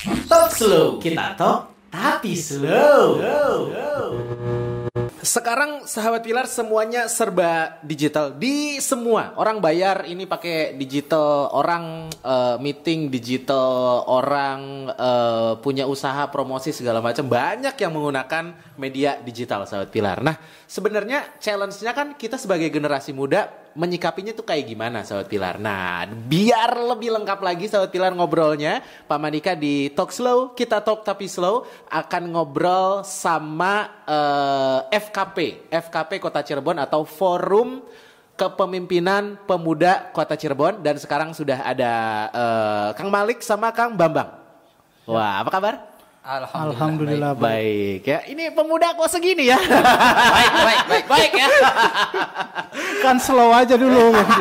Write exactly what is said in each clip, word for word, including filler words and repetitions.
Talk slow, kita talk tapi slow. Sekarang sahabat Pilar semuanya serba digital. Di semua orang bayar ini pakai digital, orang uh, meeting digital, orang uh, punya usaha promosi segala macam, banyak yang menggunakan media digital sahabat Pilar. Nah, sebenarnya challenge-nya kan kita sebagai generasi muda menyikapinya tuh kayak gimana sahabat Pilar. Nah, biar lebih lengkap lagi sahabat Pilar ngobrolnya, Pak Mandika di Talk Slow, kita talk tapi slow akan ngobrol sama uh, F K P, F K P Kota Cirebon atau Forum Kepemimpinan Pemuda Kota Cirebon, dan sekarang sudah ada uh, Kang Malik sama Kang Bambang. Wah, apa kabar? Alhamdulillah, Alhamdulillah baik. baik ya. Ini pemuda kok segini ya? baik, baik, baik, baik ya. Kan slow aja dulu. Gitu.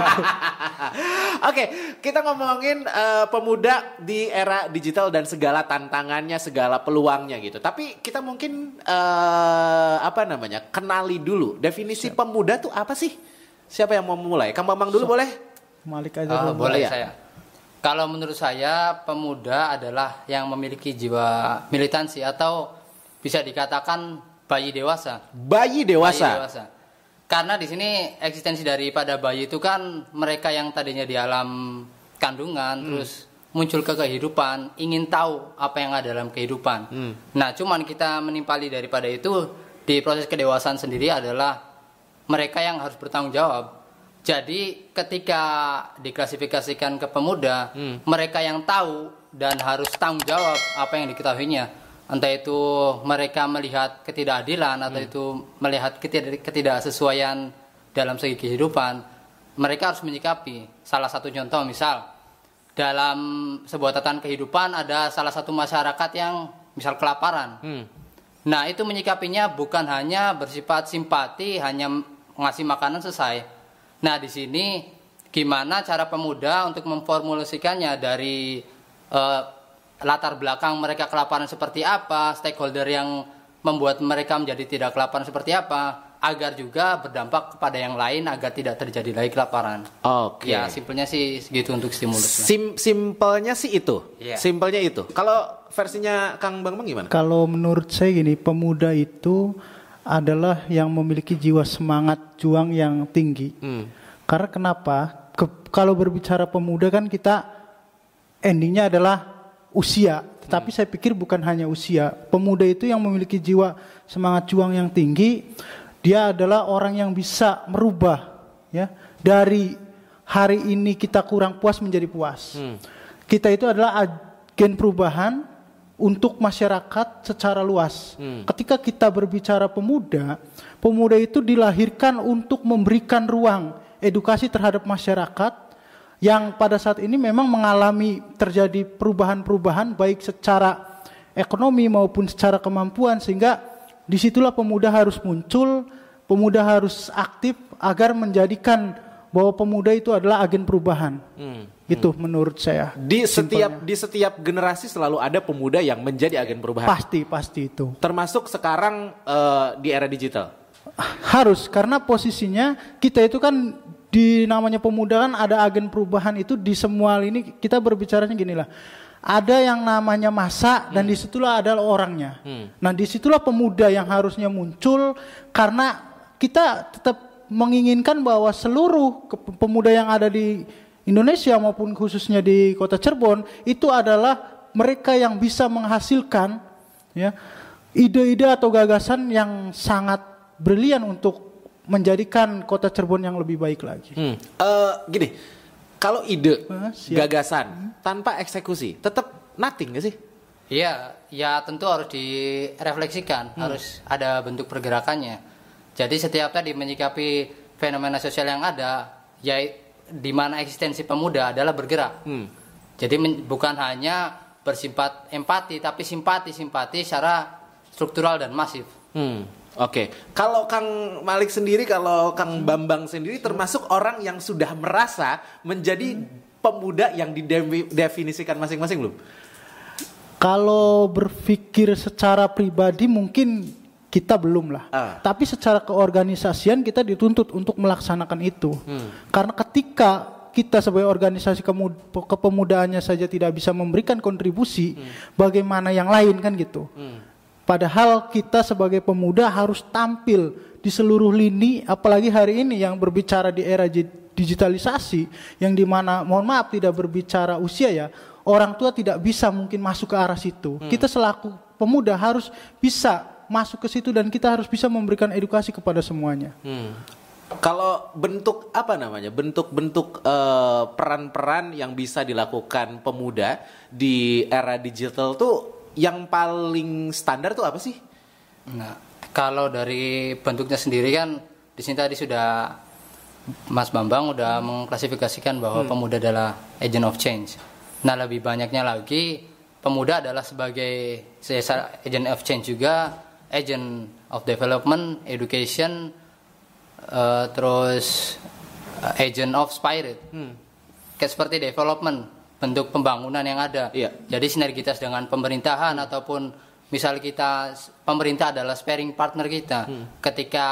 Oke, kita ngomongin uh, pemuda di era digital dan segala tantangannya, segala peluangnya gitu. Tapi kita mungkin uh, apa namanya? Kenali dulu definisi Siap. pemuda tuh apa sih? Siapa yang mau mulai? Kang Bambang dulu so, boleh? Malik aja uh, dulu. Boleh ya? saya. Kalau menurut saya pemuda adalah yang memiliki jiwa militansi atau bisa dikatakan bayi dewasa. Bayi dewasa. Bayi dewasa. Karena di sini eksistensi daripada bayi itu kan mereka yang tadinya di alam kandungan hmm. terus muncul ke kehidupan, ingin tahu apa yang ada dalam kehidupan. Hmm. Nah, cuman kita menimpali daripada itu di proses kedewasaan sendiri adalah mereka yang harus bertanggung jawab. Jadi ketika diklasifikasikan ke pemuda, hmm. mereka yang tahu dan harus tanggung jawab apa yang diketahuinya. Entah itu mereka melihat ketidakadilan hmm. atau itu melihat ketidak- ketidaksesuaian dalam segi kehidupan, mereka harus menyikapi. Salah satu contoh misal, dalam sebuah tatanan kehidupan ada salah satu masyarakat yang misal kelaparan. Hmm. Nah, itu menyikapinya bukan hanya bersifat simpati, hanya ngasih makanan selesai. Nah, di sini gimana cara pemuda untuk memformulasikannya dari uh, latar belakang mereka kelaparan seperti apa, stakeholder yang membuat mereka menjadi tidak kelaparan seperti apa, agar juga berdampak kepada yang lain agar tidak terjadi lagi kelaparan. Oke. Ya, simpelnya sih segitu untuk stimulus. Sim simpelnya sih itu. Yeah. Simpelnya itu. Kalau versinya Kang Bambang gimana? Kalau menurut saya gini, pemuda itu adalah yang memiliki jiwa semangat juang yang tinggi. Hmm. Karena kenapa? Ke, kalau berbicara pemuda kan kita endingnya adalah usia. Tetapi hmm. saya pikir bukan hanya usia. Pemuda itu yang memiliki jiwa semangat juang yang tinggi, dia adalah orang yang bisa merubah, ya, dari hari ini kita kurang puas menjadi puas. Hmm. Kita itu adalah agen perubahan untuk masyarakat secara luas. Hmm. Ketika kita berbicara pemuda, pemuda itu dilahirkan untuk memberikan ruang edukasi terhadap masyarakat yang pada saat ini memang mengalami terjadi perubahan-perubahan baik secara ekonomi maupun secara kemampuan, sehingga disitulah pemuda harus muncul, pemuda harus aktif agar menjadikan bahwa pemuda itu adalah agen perubahan. Hmm. Itu menurut saya. Di setiap simpelnya. Di setiap generasi selalu ada pemuda yang menjadi agen perubahan. Pasti, pasti itu. Termasuk sekarang uh, di era digital. Harus, karena posisinya kita itu kan di namanya pemuda kan ada agen perubahan itu di semua ini. Kita berbicaranya gini lah. Ada yang namanya massa dan hmm. disitulah adalah orangnya. Hmm. Nah, disitulah pemuda yang harusnya muncul, karena kita tetap menginginkan bahwa seluruh pemuda yang ada di Indonesia maupun khususnya di Kota Cirebon itu adalah mereka yang bisa menghasilkan, ya, ide-ide atau gagasan yang sangat brilian untuk menjadikan Kota Cirebon yang lebih baik lagi. Hmm. Uh, gini, kalau ide, uh, gagasan hmm. tanpa eksekusi, tetap nothing nggak sih? Iya, ya tentu harus direfleksikan, hmm. harus ada bentuk pergerakannya. Jadi setiap tadi menyikapi fenomena sosial yang ada, ya di mana eksistensi pemuda adalah bergerak. Hmm. Jadi men- bukan hanya bersifat empati, tapi simpati-simpati secara struktural dan masif. Hmm. Oke, okay. Kalau Kang Malik sendiri, kalau Kang Bambang sendiri termasuk orang yang sudah merasa menjadi hmm. pemuda yang didefinisikan masing-masing belum? Kalau berpikir secara pribadi mungkin kita belum lah. Uh. Tapi secara keorganisasian kita dituntut untuk melaksanakan itu. Hmm. Karena ketika kita sebagai organisasi kemud- kepemudaannya saja tidak bisa memberikan kontribusi, hmm. bagaimana yang lain kan gitu. Hmm. Padahal kita sebagai pemuda harus tampil di seluruh lini, apalagi hari ini yang berbicara di era digitalisasi, yang dimana mohon maaf tidak berbicara usia ya, orang tua tidak bisa mungkin masuk ke arah situ. Hmm. Kita selaku pemuda harus bisa masuk ke situ dan kita harus bisa memberikan edukasi kepada semuanya. Hmm. Kalau bentuk apa namanya, bentuk-bentuk uh, peran-peran yang bisa dilakukan pemuda di era digital tuh yang paling standar tuh apa sih? Nah, kalau dari bentuknya sendiri kan di sini tadi sudah Mas Bambang udah hmm. mengklasifikasikan bahwa hmm. pemuda adalah agent of change. Nah, lebih banyaknya lagi pemuda adalah sebagai agent of change juga, agent of development, education, Uh, terus uh, agent of spirit, hmm. kayak seperti development, bentuk pembangunan yang ada. Yeah. Jadi sinergitas dengan pemerintahan hmm. ataupun misal kita pemerintah adalah sparring partner kita. Hmm. Ketika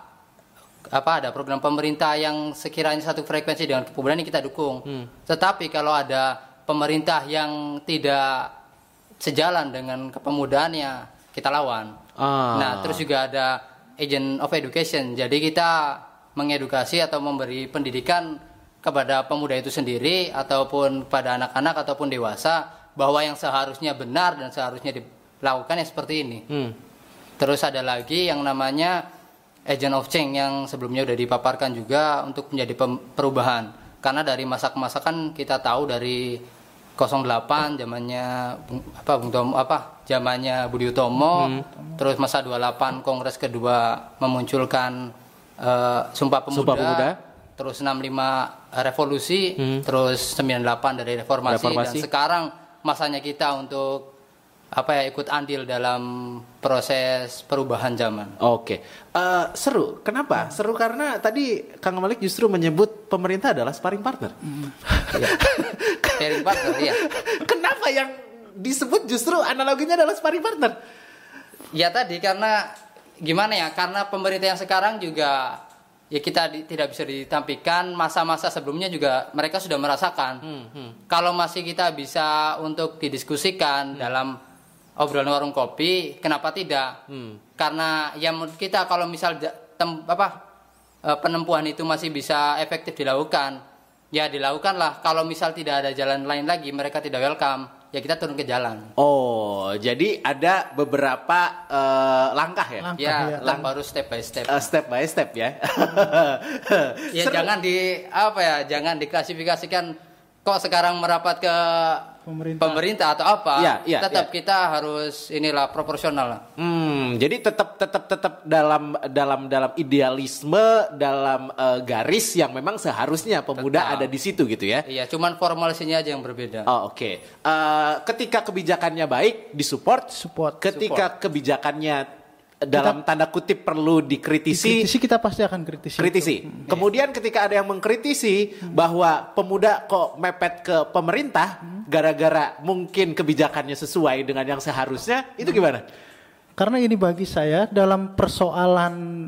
apa ada program pemerintah yang sekiranya satu frekuensi dengan kepemudaan kita dukung. Hmm. Tetapi kalau ada pemerintah yang tidak sejalan dengan kepemudaannya kita lawan. Ah. Nah, terus juga ada agent of education. Jadi kita mengedukasi atau memberi pendidikan kepada pemuda itu sendiri ataupun pada anak-anak ataupun dewasa bahwa yang seharusnya benar dan seharusnya dilakukan yang seperti ini. Hmm. Terus ada lagi yang namanya agent of change yang sebelumnya sudah dipaparkan juga untuk menjadi perubahan. Karena dari masa ke masa kan kita tahu dari nol delapan zamannya apa Bung Tomo apa zamannya Budi Utomo, hmm. terus masa dua puluh delapan Kongres kedua memunculkan uh, Sumpah Pemuda, Sumpah Pemuda, terus enam puluh lima revolusi, hmm. terus sembilan puluh delapan dari reformasi, reformasi dan sekarang masanya kita untuk apa ya ikut andil dalam proses perubahan zaman. Oke, uh, seru. Kenapa? Hmm. Seru karena tadi Kang Malik justru menyebut pemerintah adalah sparring partner. Hmm. Ya. Sparring partner, iya. Kenapa yang disebut justru analoginya adalah sparring partner? Ya tadi karena gimana ya? Karena pemerintah yang sekarang juga ya kita di, tidak bisa ditampilkan masa-masa sebelumnya juga mereka sudah merasakan. Hmm, hmm. Kalau masih kita bisa untuk didiskusikan hmm. dalam obrolan warung kopi, kenapa tidak? Hmm. Karena ya menurut kita kalau misal tem, apa penempuhan itu masih bisa efektif dilakukan, ya dilakukanlah. Kalau misal tidak ada jalan lain lagi, mereka tidak welcome, ya kita turun ke jalan. Oh, jadi ada beberapa uh, langkah ya? Langkah, ya, ya. Lang- baru step by step. Uh, step by step ya. Ya Ser- jangan di apa ya, jangan diklasifikasikan kok sekarang merapat ke pemerintah, pemerintah atau apa, ya, ya, tetap ya. Kita harus inilah proporsional lah. Hmm, jadi tetap tetap tetap dalam dalam dalam idealisme, dalam uh, garis yang memang seharusnya pemuda tetap ada di situ gitu ya. Iya, cuman formulasinya aja yang berbeda. Oh, oke. Okay. Uh, ketika kebijakannya baik, disupport. Support. Ketika support. kebijakannya dalam kita, tanda kutip perlu dikritisi, dikritisi kita pasti akan kritisi. Kritisi. Hmm. Kemudian ketika ada yang mengkritisi hmm. bahwa pemuda kok mepet ke pemerintah hmm. gara-gara mungkin kebijakannya sesuai dengan yang seharusnya, itu gimana? Karena ini bagi saya dalam persoalan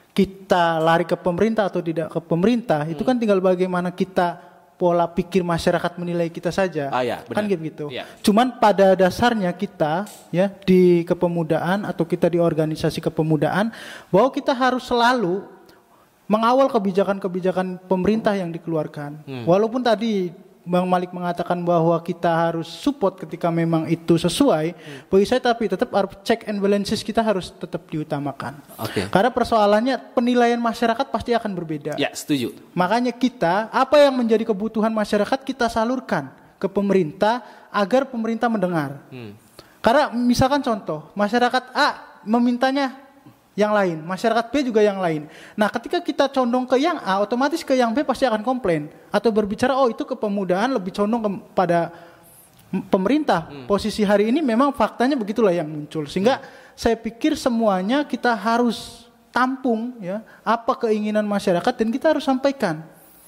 kita lari ke pemerintah atau tidak ke pemerintah, hmm. itu kan tinggal bagaimana kita pola pikir masyarakat menilai kita saja, ah, ya, kan gitu. Ya. Cuman pada dasarnya kita ya di kepemudaan atau kita di organisasi kepemudaan bahwa kita harus selalu mengawal kebijakan-kebijakan pemerintah yang dikeluarkan. Hmm. Walaupun tadi Bang Malik mengatakan bahwa kita harus support ketika memang itu sesuai, hmm. bagi saya tapi tetap harus check and balances kita harus tetap diutamakan. Okay. Karena persoalannya penilaian masyarakat pasti akan berbeda. Ya, setuju. Makanya kita apa yang menjadi kebutuhan masyarakat kita salurkan ke pemerintah agar pemerintah mendengar. Hmm. Karena misalkan contoh, masyarakat A memintanya yang lain, masyarakat B juga yang lain. Nah, ketika kita condong ke yang A, otomatis ke yang B pasti akan komplain atau berbicara, oh itu kepemudaan lebih condong kepada pemerintah. Hmm. Posisi hari ini memang faktanya begitulah yang muncul. Sehingga hmm. saya pikir semuanya kita harus tampung ya apa keinginan masyarakat dan kita harus sampaikan.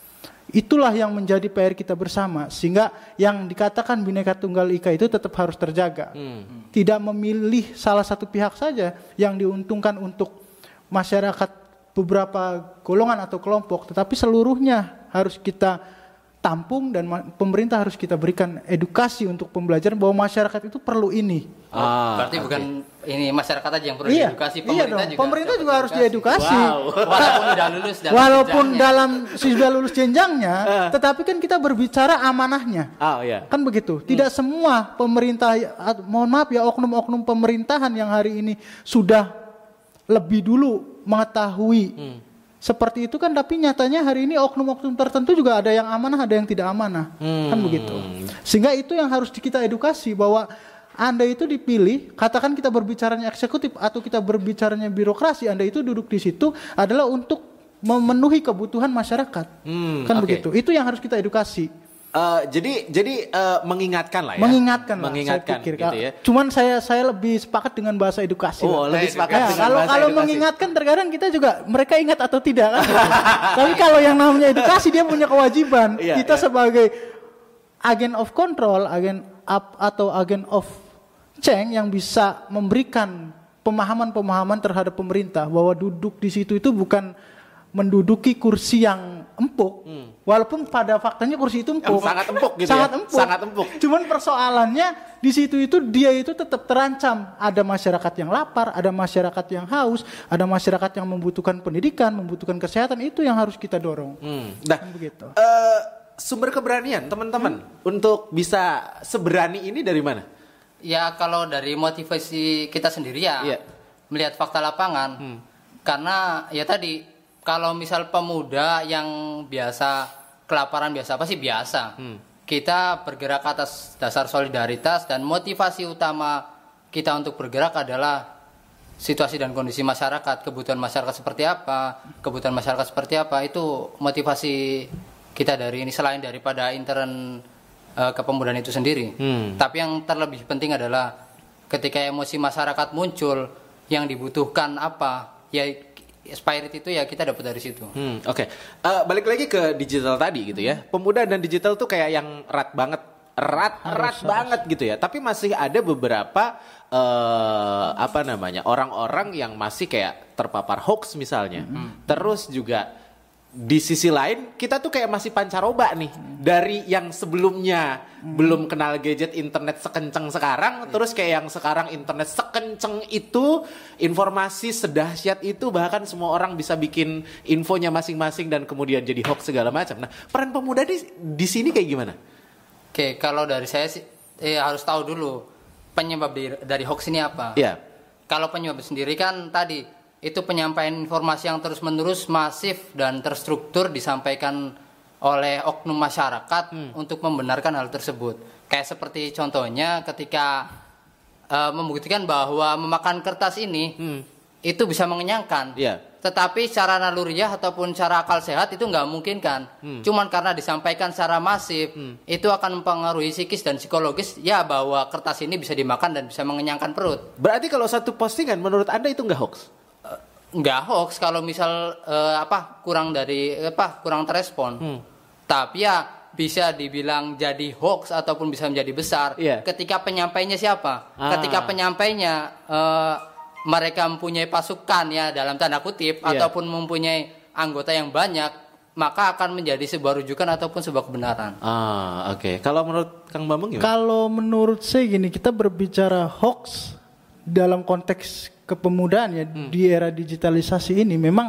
Itulah yang menjadi P R kita bersama, sehingga yang dikatakan Bhinneka Tunggal Ika itu tetap harus terjaga. Hmm. Tidak memilih salah satu pihak saja yang diuntungkan untuk masyarakat beberapa golongan atau kelompok, tetapi seluruhnya harus kita tampung dan ma- pemerintah harus kita berikan edukasi untuk pembelajaran bahwa masyarakat itu perlu ini. Oh, berarti okay. bukan ini masyarakat aja yang perlu Iya, diedukasi, iya pemerintah dong. juga. Pemerintah dapat juga harus diedukasi. Wow. Walaupun sudah lulus dalam Walaupun jenjangnya. dalam sudah lulus jenjangnya, tetapi kan kita berbicara amanahnya. Oh iya. Kan begitu. Tidak hmm. semua pemerintah, mohon maaf ya, oknum-oknum pemerintahan yang hari ini sudah lebih dulu mengetahui hmm. seperti itu kan, tapi nyatanya hari ini oknum-oknum tertentu juga ada yang amanah, ada yang tidak amanah. Hmm. Kan begitu. Sehingga itu yang harus kita edukasi bahwa Anda itu dipilih, katakan kita berbicaranya eksekutif atau kita berbicaranya birokrasi, Anda itu duduk di situ adalah untuk memenuhi kebutuhan masyarakat. Hmm, kan okay. begitu. Itu yang harus kita edukasi. Uh, jadi jadi uh, mengingatkan lah ya. Mengingatkan lah. Mengingatkan saya pikir. gitu ya. Cuman saya saya lebih sepakat dengan bahasa edukasi. Oh, lah. lebih sepakat Ya, dengan kalau bahasa kalau edukasi. mengingatkan terkadang kita juga mereka ingat atau tidak kan. Tapi kalau yang namanya edukasi dia punya kewajiban. Iya, kita iya. sebagai agen of control, agen up atau agen of change yang bisa memberikan pemahaman-pemahaman terhadap pemerintah bahwa duduk di situ itu bukan menduduki kursi yang empuk, hmm. walaupun pada faktanya kursi itu empuk, sangat empuk gitu sangat ya? empuk, sangat empuk. Cuman persoalannya di situ itu dia itu tetap terancam. Ada masyarakat yang lapar, ada masyarakat yang haus, ada masyarakat yang membutuhkan pendidikan, membutuhkan kesehatan, itu yang harus kita dorong. Hmm. Nah, kan begitu. Uh, sumber keberanian teman-teman hmm. untuk bisa seberani ini dari mana? Ya kalau dari motivasi kita sendiri ya, yeah. melihat fakta lapangan, hmm. karena ya tadi. Kalau misal pemuda yang biasa kelaparan biasa apa sih biasa, hmm. kita bergerak atas dasar solidaritas dan motivasi utama kita untuk bergerak adalah situasi dan kondisi masyarakat, kebutuhan masyarakat seperti apa, kebutuhan masyarakat seperti apa, itu motivasi kita dari ini selain daripada intern uh, kepemudaan itu sendiri. Hmm. Tapi yang terlebih penting adalah ketika emosi masyarakat muncul, yang dibutuhkan apa, ya spirit itu ya kita dapat dari situ. Hmm, Oke, okay. uh, balik lagi ke digital tadi gitu ya. Pemuda dan digital tuh kayak yang erat banget, erat, harus, erat harus. banget gitu ya. Tapi masih ada beberapa uh, apa namanya orang-orang yang masih kayak terpapar hoax misalnya. Hmm. Terus juga di sisi lain kita tuh kayak masih pancaroba nih hmm. dari yang sebelumnya hmm. belum kenal gadget internet sekenceng sekarang, hmm. terus kayak yang sekarang internet sekenceng itu, informasi sedahsyat itu, bahkan semua orang bisa bikin infonya masing-masing dan kemudian jadi hoax segala macam. Nah, peran pemuda di di sini kayak gimana? Oke, kalau dari saya sih eh, harus tahu dulu penyebab dari, dari hoax ini apa. Iya. Kalau penyebab sendiri kan tadi itu penyampaian informasi yang terus-menerus masif dan terstruktur disampaikan oleh oknum masyarakat hmm. untuk membenarkan hal tersebut. Kayak seperti contohnya ketika uh, membuktikan bahwa memakan kertas ini hmm. itu bisa mengenyangkan. Yeah. Tetapi secara naluriah ataupun secara akal sehat itu nggak mungkin kan. Hmm. Cuman karena disampaikan secara masif hmm. itu akan mempengaruhi psikis dan psikologis ya bahwa kertas ini bisa dimakan dan bisa mengenyangkan perut. Berarti kalau satu postingan menurut Anda itu nggak hoax? Nggak hoax kalau misal uh, apa kurang dari apa kurang terrespon. Hmm. Tapi ya bisa dibilang jadi hoax ataupun bisa menjadi besar yeah. ketika penyampainya siapa? Ah. Ketika penyampainya uh, mereka mempunyai pasukan ya dalam tanda kutip yeah. ataupun mempunyai anggota yang banyak, maka akan menjadi sebuah rujukan ataupun sebuah kebenaran. Ah, oke. Okay. Kalau menurut Kang Bambang gimana? Kalau menurut saya gini, kita berbicara hoax dalam konteks kepemudaan ya hmm. di era digitalisasi ini memang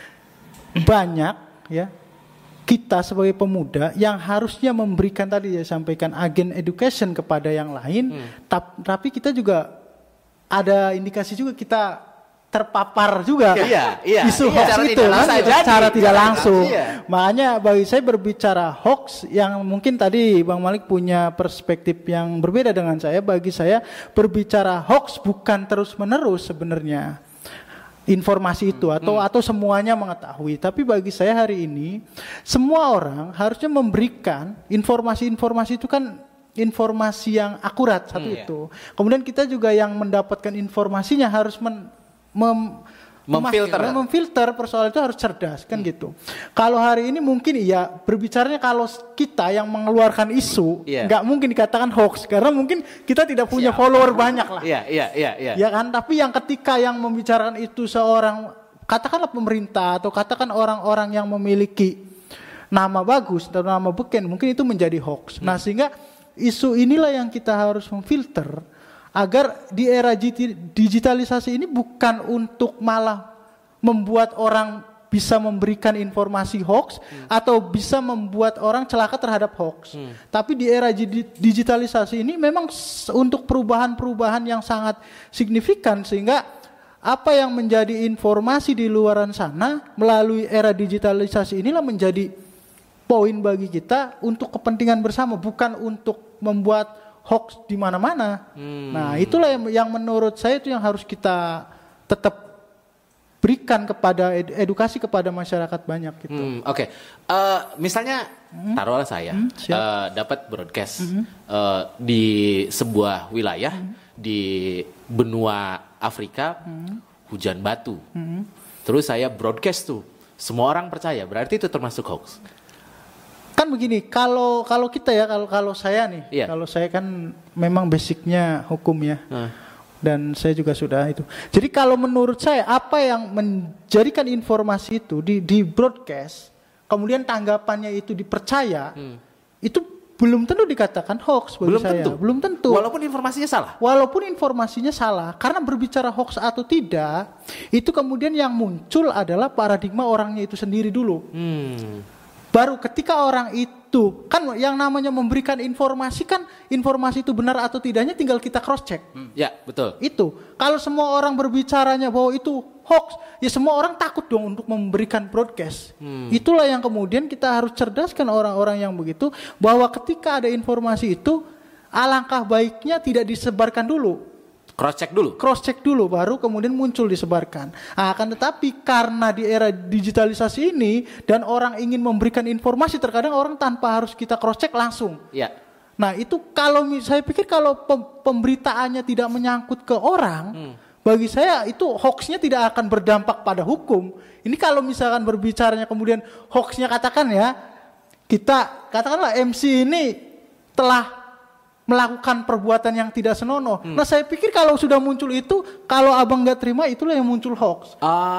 banyak ya kita sebagai pemuda yang harusnya memberikan tadi ya sampaikan agen education kepada yang lain hmm. tap, tapi kita juga ada indikasi juga kita terpapar juga iya, iya, isu iya, hoax cara itu tidak kan, langsung, cara jadi, tidak langsung. Iya. Makanya bagi saya berbicara hoax yang mungkin tadi Bang Malik punya perspektif yang berbeda dengan saya. Bagi saya berbicara hoax bukan terus menerus sebenarnya informasi itu atau hmm. atau semuanya mengetahui. Tapi bagi saya hari ini semua orang harusnya memberikan informasi-informasi itu kan informasi yang akurat satu hmm, itu. Iya. Kemudian kita juga yang mendapatkan informasinya harus men Mem, memfilter memakai, memfilter persoalan itu harus cerdas kan hmm. gitu. Kalau hari ini mungkin iya berbicaranya kalau kita yang mengeluarkan isu yeah. nggak mungkin dikatakan hoax karena mungkin kita tidak punya Siap. follower banyak lah. Iya iya iya iya. Ya kan, tapi yang ketika yang membicarakan itu seorang katakanlah pemerintah atau katakan orang-orang yang memiliki nama bagus atau nama beken, mungkin itu menjadi hoax. Hmm. Nah, sehingga isu inilah yang kita harus memfilter agar di era digitalisasi ini bukan untuk malah membuat orang bisa memberikan informasi hoax hmm. atau bisa membuat orang celaka terhadap hoax. Hmm. Tapi di era digitalisasi ini memang untuk perubahan-perubahan yang sangat signifikan, sehingga apa yang menjadi informasi di luaran sana melalui era digitalisasi inilah menjadi poin bagi kita untuk kepentingan bersama, bukan untuk membuat hoax di mana-mana. Hmm. Nah, itulah yang, yang menurut saya itu yang harus kita tetap berikan kepada ed- edukasi kepada masyarakat banyak gitu. Hmm, Oke, okay. uh, misalnya hmm. taruhlah saya hmm, uh, dapat broadcast hmm. uh, di sebuah wilayah hmm. di benua Afrika hmm. hujan batu, hmm. terus saya broadcast tuh, semua orang percaya, berarti itu termasuk hoax. Kan begini, kalau kalau kita ya, kalau kalau saya nih, yeah. kalau saya kan memang basicnya hukum ya. Hmm. Dan saya juga sudah itu. Jadi kalau menurut saya apa yang menjadikan informasi itu di, di broadcast, kemudian tanggapannya itu dipercaya, hmm. itu belum tentu dikatakan hoax bagi belum saya. Tentu. Belum tentu. Walaupun informasinya salah. Walaupun informasinya salah, karena berbicara hoax atau tidak, itu kemudian yang muncul adalah paradigma orangnya itu sendiri dulu. Hmm. Baru ketika orang itu, kan yang namanya memberikan informasi kan, informasi itu benar atau tidaknya tinggal kita cross check. Hmm, ya, betul. Itu. Kalau semua orang berbicaranya bahwa itu hoax, ya semua orang takut dong untuk memberikan broadcast. Hmm. Itulah yang kemudian kita harus cerdaskan orang-orang yang begitu, bahwa ketika ada informasi itu, alangkah baiknya tidak disebarkan dulu. Cross check dulu. Cross check dulu baru kemudian muncul disebarkan. Nah, akan tetapi karena di era digitalisasi ini dan orang ingin memberikan informasi, terkadang orang tanpa harus kita cross check langsung. Ya. Nah, itu kalau saya pikir kalau pemberitaannya tidak menyangkut ke orang, hmm. bagi saya itu hoaxnya tidak akan berdampak pada hukum. Ini kalau misalkan berbicaranya kemudian hoaxnya, katakan ya, kita katakanlah M C ini telah melakukan perbuatan yang tidak senonoh. Hmm. Nah, saya pikir kalau sudah muncul itu, kalau abang nggak terima, itulah yang muncul hoax.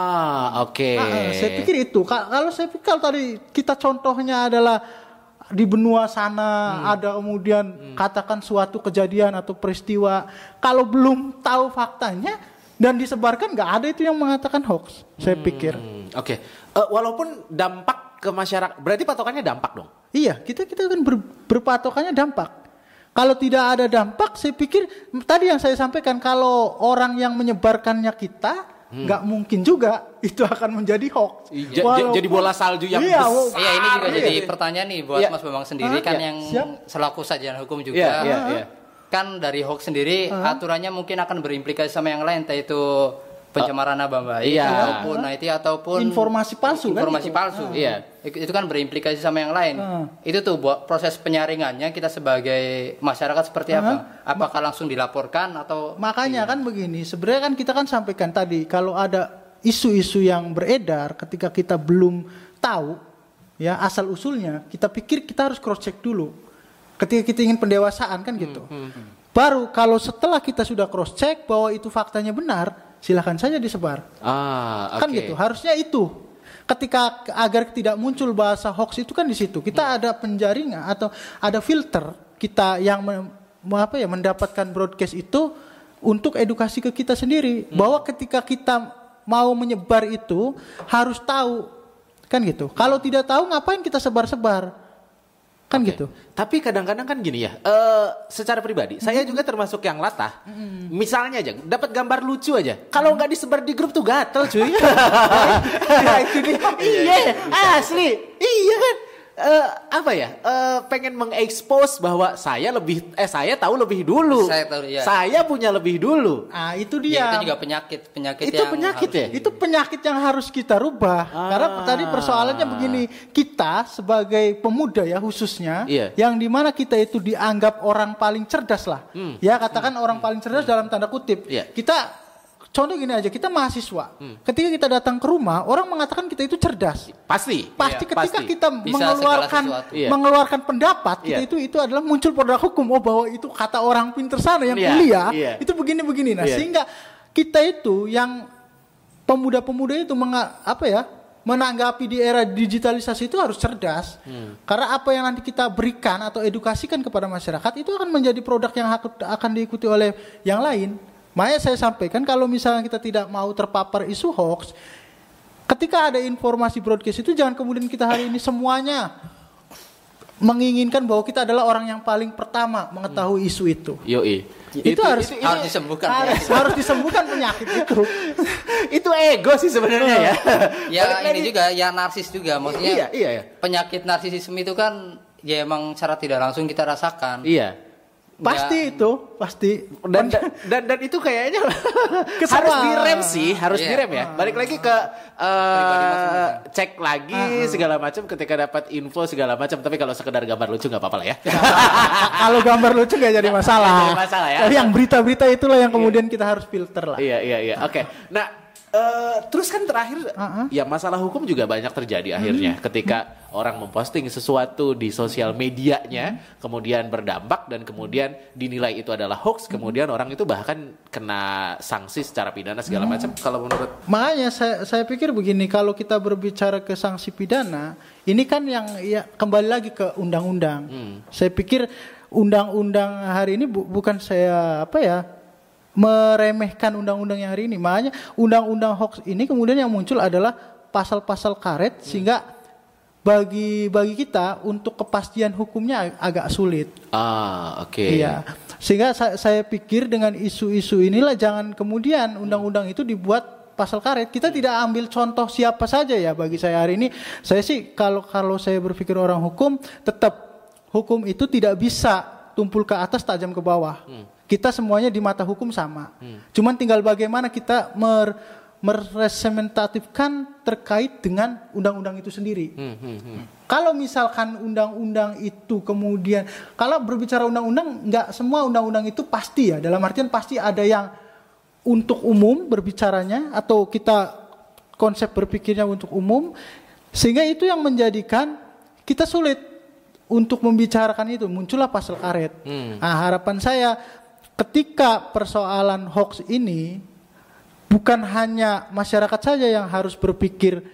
Ah, oke. Okay. Nah, saya pikir itu. Kalau saya pikir kalau tadi kita contohnya adalah di benua sana hmm. ada kemudian hmm. katakan suatu kejadian atau peristiwa, kalau belum tahu faktanya dan disebarkan, nggak ada itu yang mengatakan hoax. Saya hmm. pikir. Oke. Okay. Uh, walaupun dampak ke masyarakat, berarti patokannya dampak dong? Iya, kita kita kan ber, berpatokannya dampak. Kalau tidak ada dampak, saya pikir tadi yang saya sampaikan, kalau orang yang menyebarkannya kita, nggak hmm. mungkin juga itu akan menjadi hoax. J- Walaupun, jadi bola salju yang iya, besar. Iya, ini juga jadi pertanyaan nih buat iya. Mas Bambang sendiri, ah, kan iya. yang Siap. selaku sarjana hukum juga. Iya, iya, iya. Kan dari hoax sendiri uh-huh. aturannya mungkin akan berimplikasi sama yang lain, yaitu pencemaran nama baik, iya. ataupun nah itu ataupun informasi palsu, informasi kan palsu, itu? iya, itu kan berimplikasi sama yang lain. Uh. Itu tuh buat proses penyaringannya kita sebagai masyarakat seperti uh. apa? Apakah Ma- langsung dilaporkan atau? Makanya iya. kan begini, sebenarnya kan kita kan sampaikan tadi, kalau ada isu-isu yang beredar, ketika kita belum tahu ya asal usulnya, kita pikir kita harus cross check dulu. Ketika kita ingin pendewasaan kan gitu. Hmm, hmm, hmm. Baru kalau setelah kita sudah cross check bahwa itu faktanya benar, silakan saja disebar. Ah, okay. Kan gitu. Harusnya itu. Ketika agar tidak muncul bahasa hoax itu kan di situ. Kita hmm. ada penjaringan atau ada filter kita yang me, apa ya mendapatkan broadcast itu untuk edukasi ke kita sendiri, hmm. bahwa ketika kita mau menyebar itu harus tahu. Kan gitu. Kalau tidak tahu ngapain kita sebar-sebar? Kan okay. gitu. Tapi kadang-kadang kan gini ya, uh, secara pribadi, mm-hmm. saya juga termasuk yang latah. Mm-hmm. Misalnya aja, dapat gambar lucu aja. Kalau nggak mm-hmm. disebar di grup tuh gatel cuy. ya, itu dia. Iya, asli. Iya kan. Uh, apa ya? Uh, pengen mengekspos bahwa saya lebih, eh saya tahu lebih dulu. Saya tahu, ya. Saya punya lebih dulu. Ah itu dia. Ya, itu juga penyakit, penyakit itu yang penyakit ya. Itu penyakit yang harus kita rubah. Ah. Karena tadi persoalannya begini, kita sebagai pemuda ya khususnya, iya. yang dimana kita itu dianggap orang paling cerdas lah. Hmm. Ya katakan hmm. orang paling cerdas hmm. dalam tanda kutip. Iya. Kita contoh gini aja, kita mahasiswa. Hmm. Ketika kita datang ke rumah, orang mengatakan kita itu cerdas. Pasti. Pasti iya, ketika pasti. kita Bisa mengeluarkan iya. mengeluarkan pendapat, kita iya. itu itu adalah muncul produk hukum. Oh bahwa itu kata orang pinter sana yang iya. kuliah, iya. itu begini-begini. Nah, iya. sehingga kita itu yang pemuda-pemuda itu menga, apa ya? menanggapi di era digitalisasi itu harus cerdas. Hmm. Karena apa yang nanti kita berikan atau edukasikan kepada masyarakat itu akan menjadi produk yang akan diikuti oleh yang lain. Makanya saya sampaikan kalau misalnya kita tidak mau terpapar isu hoax, ketika ada informasi broadcast itu jangan kemudian kita hari ini semuanya menginginkan bahwa kita adalah orang yang paling pertama mengetahui isu itu. Yoi. Itu, itu harus itu, harus disembuhkan. Harus, harus disembuhkan penyakit itu. Itu ego sih sebenarnya ya. Ya ini juga ya narsis juga maksudnya. Iya, iya, iya. Penyakit narsisisme itu kan ya emang secara tidak langsung kita rasakan. Iya. Pasti ya. Itu, pasti. Dan dan dan, dan itu kayaknya harus direm sih, harus yeah. direm ya. Balik lagi ke uh, cek lagi uh-huh. segala macam ketika dapat info segala macam. Tapi kalau sekedar gambar lucu nggak apa-apa lah ya. Kalau gambar lucu nggak jadi masalah. Gak jadi masalah ya. Yang berita-berita itulah yang kemudian kita harus filter lah. Iya iya iya. Oke. Okay. Nah. Uh, terus kan terakhir uh-huh. ya masalah hukum juga banyak terjadi akhirnya hmm. ketika hmm. orang memposting sesuatu di sosial medianya hmm. kemudian berdampak dan kemudian dinilai itu adalah hoax, kemudian hmm. orang itu bahkan kena sanksi secara pidana segala hmm. macam. Kalau menurut makanya saya saya pikir begini, kalau kita berbicara ke sanksi pidana ini kan yang ya kembali lagi ke undang-undang. Hmm. Saya pikir undang-undang hari ini bu- bukan saya apa ya meremehkan undang-undang yang hari ini. Makanya undang-undang hoax ini kemudian yang muncul adalah pasal-pasal karet hmm. sehingga bagi bagi kita untuk kepastian hukumnya ag- agak sulit. Ah, oke. Okay. Iya. Sehingga saya, saya pikir dengan isu-isu inilah jangan kemudian undang-undang itu dibuat pasal karet. Kita tidak ambil contoh siapa saja ya bagi saya hari ini. Saya sih kalau kalau saya berpikir orang hukum, tetap hukum itu tidak bisa tumpul ke atas tajam ke bawah. Hmm. Kita semuanya di mata hukum sama. Hmm. Cuman tinggal bagaimana kita mer, merepresentatifkan terkait dengan undang-undang itu sendiri. Hmm, hmm, hmm. Kalau misalkan undang-undang itu kemudian, kalau berbicara undang-undang, nggak semua undang-undang itu pasti ya. Dalam artian pasti ada yang untuk umum berbicaranya, atau kita konsep berpikirnya untuk umum, sehingga itu yang menjadikan kita sulit untuk membicarakan itu. Muncullah pasal karet. Hmm. Nah, harapan saya ketika persoalan hoax ini bukan hanya masyarakat saja yang harus berpikir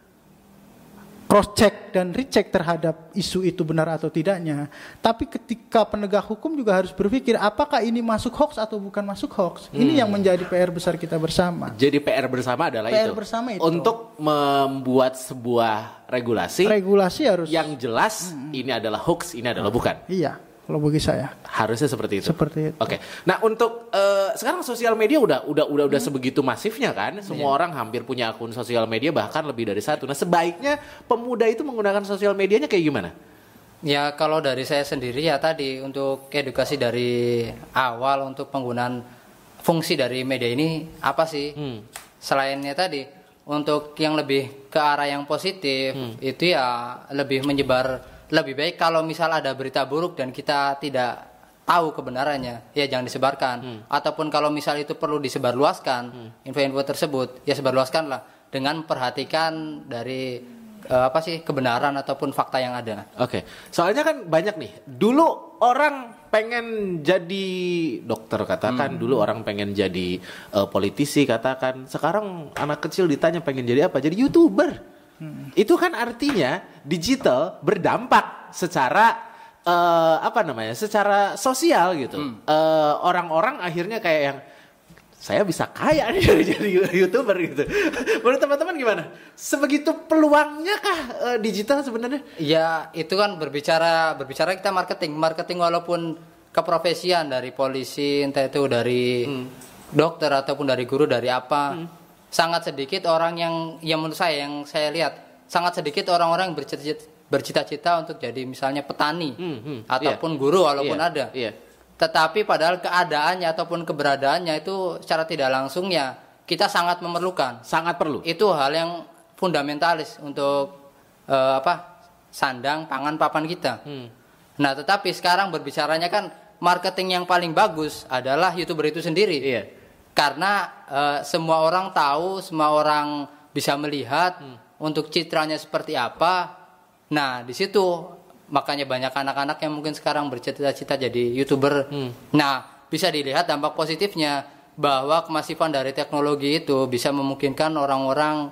cross check dan recheck terhadap isu itu benar atau tidaknya, tapi ketika penegak hukum juga harus berpikir apakah ini masuk hoax atau bukan masuk hoax. Hmm. Ini yang menjadi P R besar kita bersama. Jadi P R bersama adalah P R itu. bersama itu untuk membuat sebuah regulasi. Regulasi harus yang jelas hmm. ini adalah hoax, ini adalah bukan. Iya. Kalau bagi saya harusnya seperti itu. Seperti itu. Oke. Nah, untuk uh, sekarang sosial media udah udah udah udah hmm. sebegitu masifnya kan. Semua yeah. orang hampir punya akun sosial media, bahkan lebih dari satu. Nah, sebaiknya pemuda itu menggunakan sosial medianya kayak gimana? Ya, kalau dari saya sendiri ya tadi untuk edukasi dari awal untuk penggunaan fungsi dari media ini apa sih? Hmm. Selainnya tadi untuk yang lebih ke arah yang positif hmm. itu ya lebih menyebar. Lebih baik kalau misal ada berita buruk dan kita tidak tahu kebenarannya, ya jangan disebarkan. Hmm. Ataupun kalau misal itu perlu disebarluaskan, hmm. info-info tersebut, ya sebarluaskanlah dengan perhatikan dari uh, apa sih kebenaran ataupun fakta yang ada. Oke, okay. Soalnya kan banyak nih. Dulu orang pengen jadi dokter katakan, hmm. dulu orang pengen jadi uh, politisi katakan. Sekarang anak kecil ditanya pengen jadi apa? Jadi YouTuber. Hmm. Itu kan artinya digital berdampak secara uh, apa namanya, secara sosial gitu. Hmm. Uh, orang-orang akhirnya kayak yang saya bisa kaya nih jadi YouTuber gitu. Menurut teman-teman gimana? Sebegitu peluangnya kah uh, digital sebenarnya? Ya itu kan berbicara berbicara kita marketing, marketing walaupun keprofesian dari polisi, entah itu dari hmm. dokter ataupun dari guru dari apa. Hmm. Sangat sedikit orang yang yang menurut saya yang saya lihat sangat sedikit orang-orang yang bercita-cita, bercita-cita untuk jadi misalnya petani hmm, hmm, ataupun yeah. guru walaupun yeah, ada. Yeah. Tetapi padahal keadaannya ataupun keberadaannya itu secara tidak langsung ya kita sangat memerlukan, sangat perlu. Itu hal yang fundamentalis untuk uh, apa sandang pangan papan kita. Hmm. Nah, tetapi sekarang berbicaranya kan marketing yang paling bagus adalah YouTuber itu sendiri. Yeah. Karena uh, semua orang tahu, semua orang bisa melihat hmm. untuk citranya seperti apa. Nah, di situ makanya banyak anak-anak yang mungkin sekarang bercita-cita jadi YouTuber. Hmm. Nah, bisa dilihat dampak positifnya bahwa kemasifan dari teknologi itu bisa memungkinkan orang-orang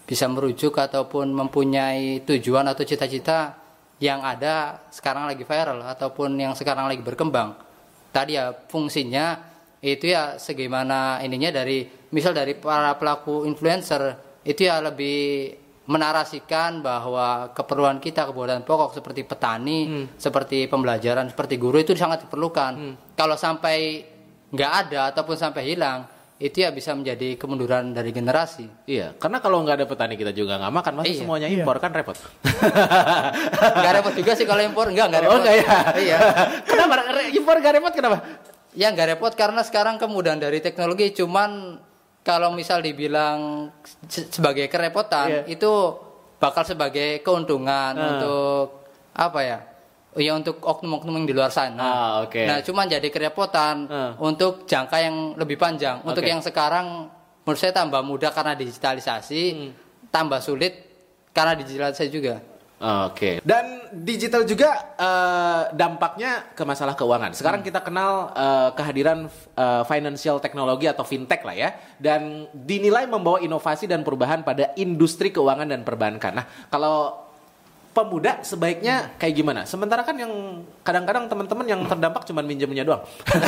bisa merujuk ataupun mempunyai tujuan atau cita-cita yang ada sekarang lagi viral ataupun yang sekarang lagi berkembang. Tadi ya fungsinya itu ya segimana ininya dari misal dari para pelaku influencer itu ya lebih menarasikan bahwa keperluan kita kebutuhan pokok seperti petani, hmm. seperti pembelajaran, seperti guru itu sangat diperlukan. Hmm. Kalau sampai nggak ada ataupun sampai hilang, itu ya bisa menjadi kemunduran dari generasi. Iya, karena kalau nggak ada petani kita juga nggak makan, masa iya. semuanya impor iya. kan repot. Nggak repot juga sih kalau impor, nggak nggak repot. Oh nggak ya? Iya. Kenapa impor nggak repot? Kenapa? Ya nggak repot karena sekarang kemudahan dari teknologi. Cuman kalau misal dibilang sebagai kerepotan, iya. itu bakal sebagai keuntungan uh. untuk apa ya? Ya untuk oknum-oknum yang di luar sana. Ah, okay. Nah, cuman jadi kerepotan uh. untuk jangka yang lebih panjang. Untuk okay. yang sekarang menurut saya tambah mudah karena digitalisasi, hmm. tambah sulit karena digitalisasi juga. Oke. Okay. Dan digital juga uh, dampaknya ke masalah keuangan. Sekarang hmm. kita kenal uh, kehadiran uh, financial technology atau fintech lah ya, dan dinilai membawa inovasi dan perubahan pada industri keuangan dan perbankan. Nah, kalau pemuda sebaiknya kayak gimana? Sementara kan yang kadang-kadang teman-teman yang terdampak cuma minjemnya doang.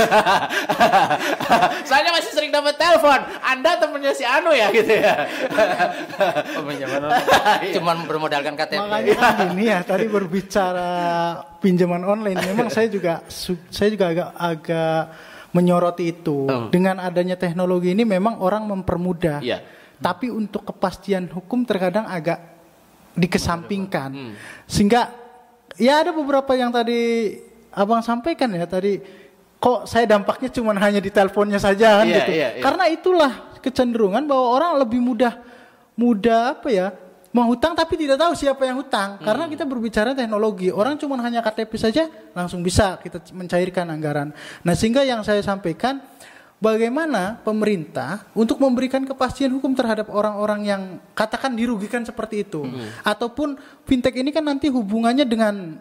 Saya masih sering dapat telepon, Anda temennya si Anu ya gitu ya. Peminjaman cuma bermodalkan K T P. Makanya kan gini ya, tadi berbicara pinjaman online, memang saya juga saya juga agak agak menyoroti itu. Hmm. Dengan adanya teknologi ini memang orang mempermudah. Yeah. Tapi untuk kepastian hukum terkadang agak dikesampingkan, hmm. sehingga ya ada beberapa yang tadi abang sampaikan ya tadi, kok saya dampaknya cuma hanya di teleponnya saja kan yeah, gitu, yeah, yeah. Karena itulah kecenderungan bahwa orang lebih mudah mudah apa ya menghutang tapi tidak tahu siapa yang hutang, hmm. karena kita berbicara teknologi, orang cuma hanya K T P saja langsung bisa kita mencairkan anggaran. Nah sehingga yang saya sampaikan, bagaimana pemerintah untuk memberikan kepastian hukum terhadap orang-orang yang katakan dirugikan seperti itu, hmm. ataupun fintech ini kan nanti hubungannya dengan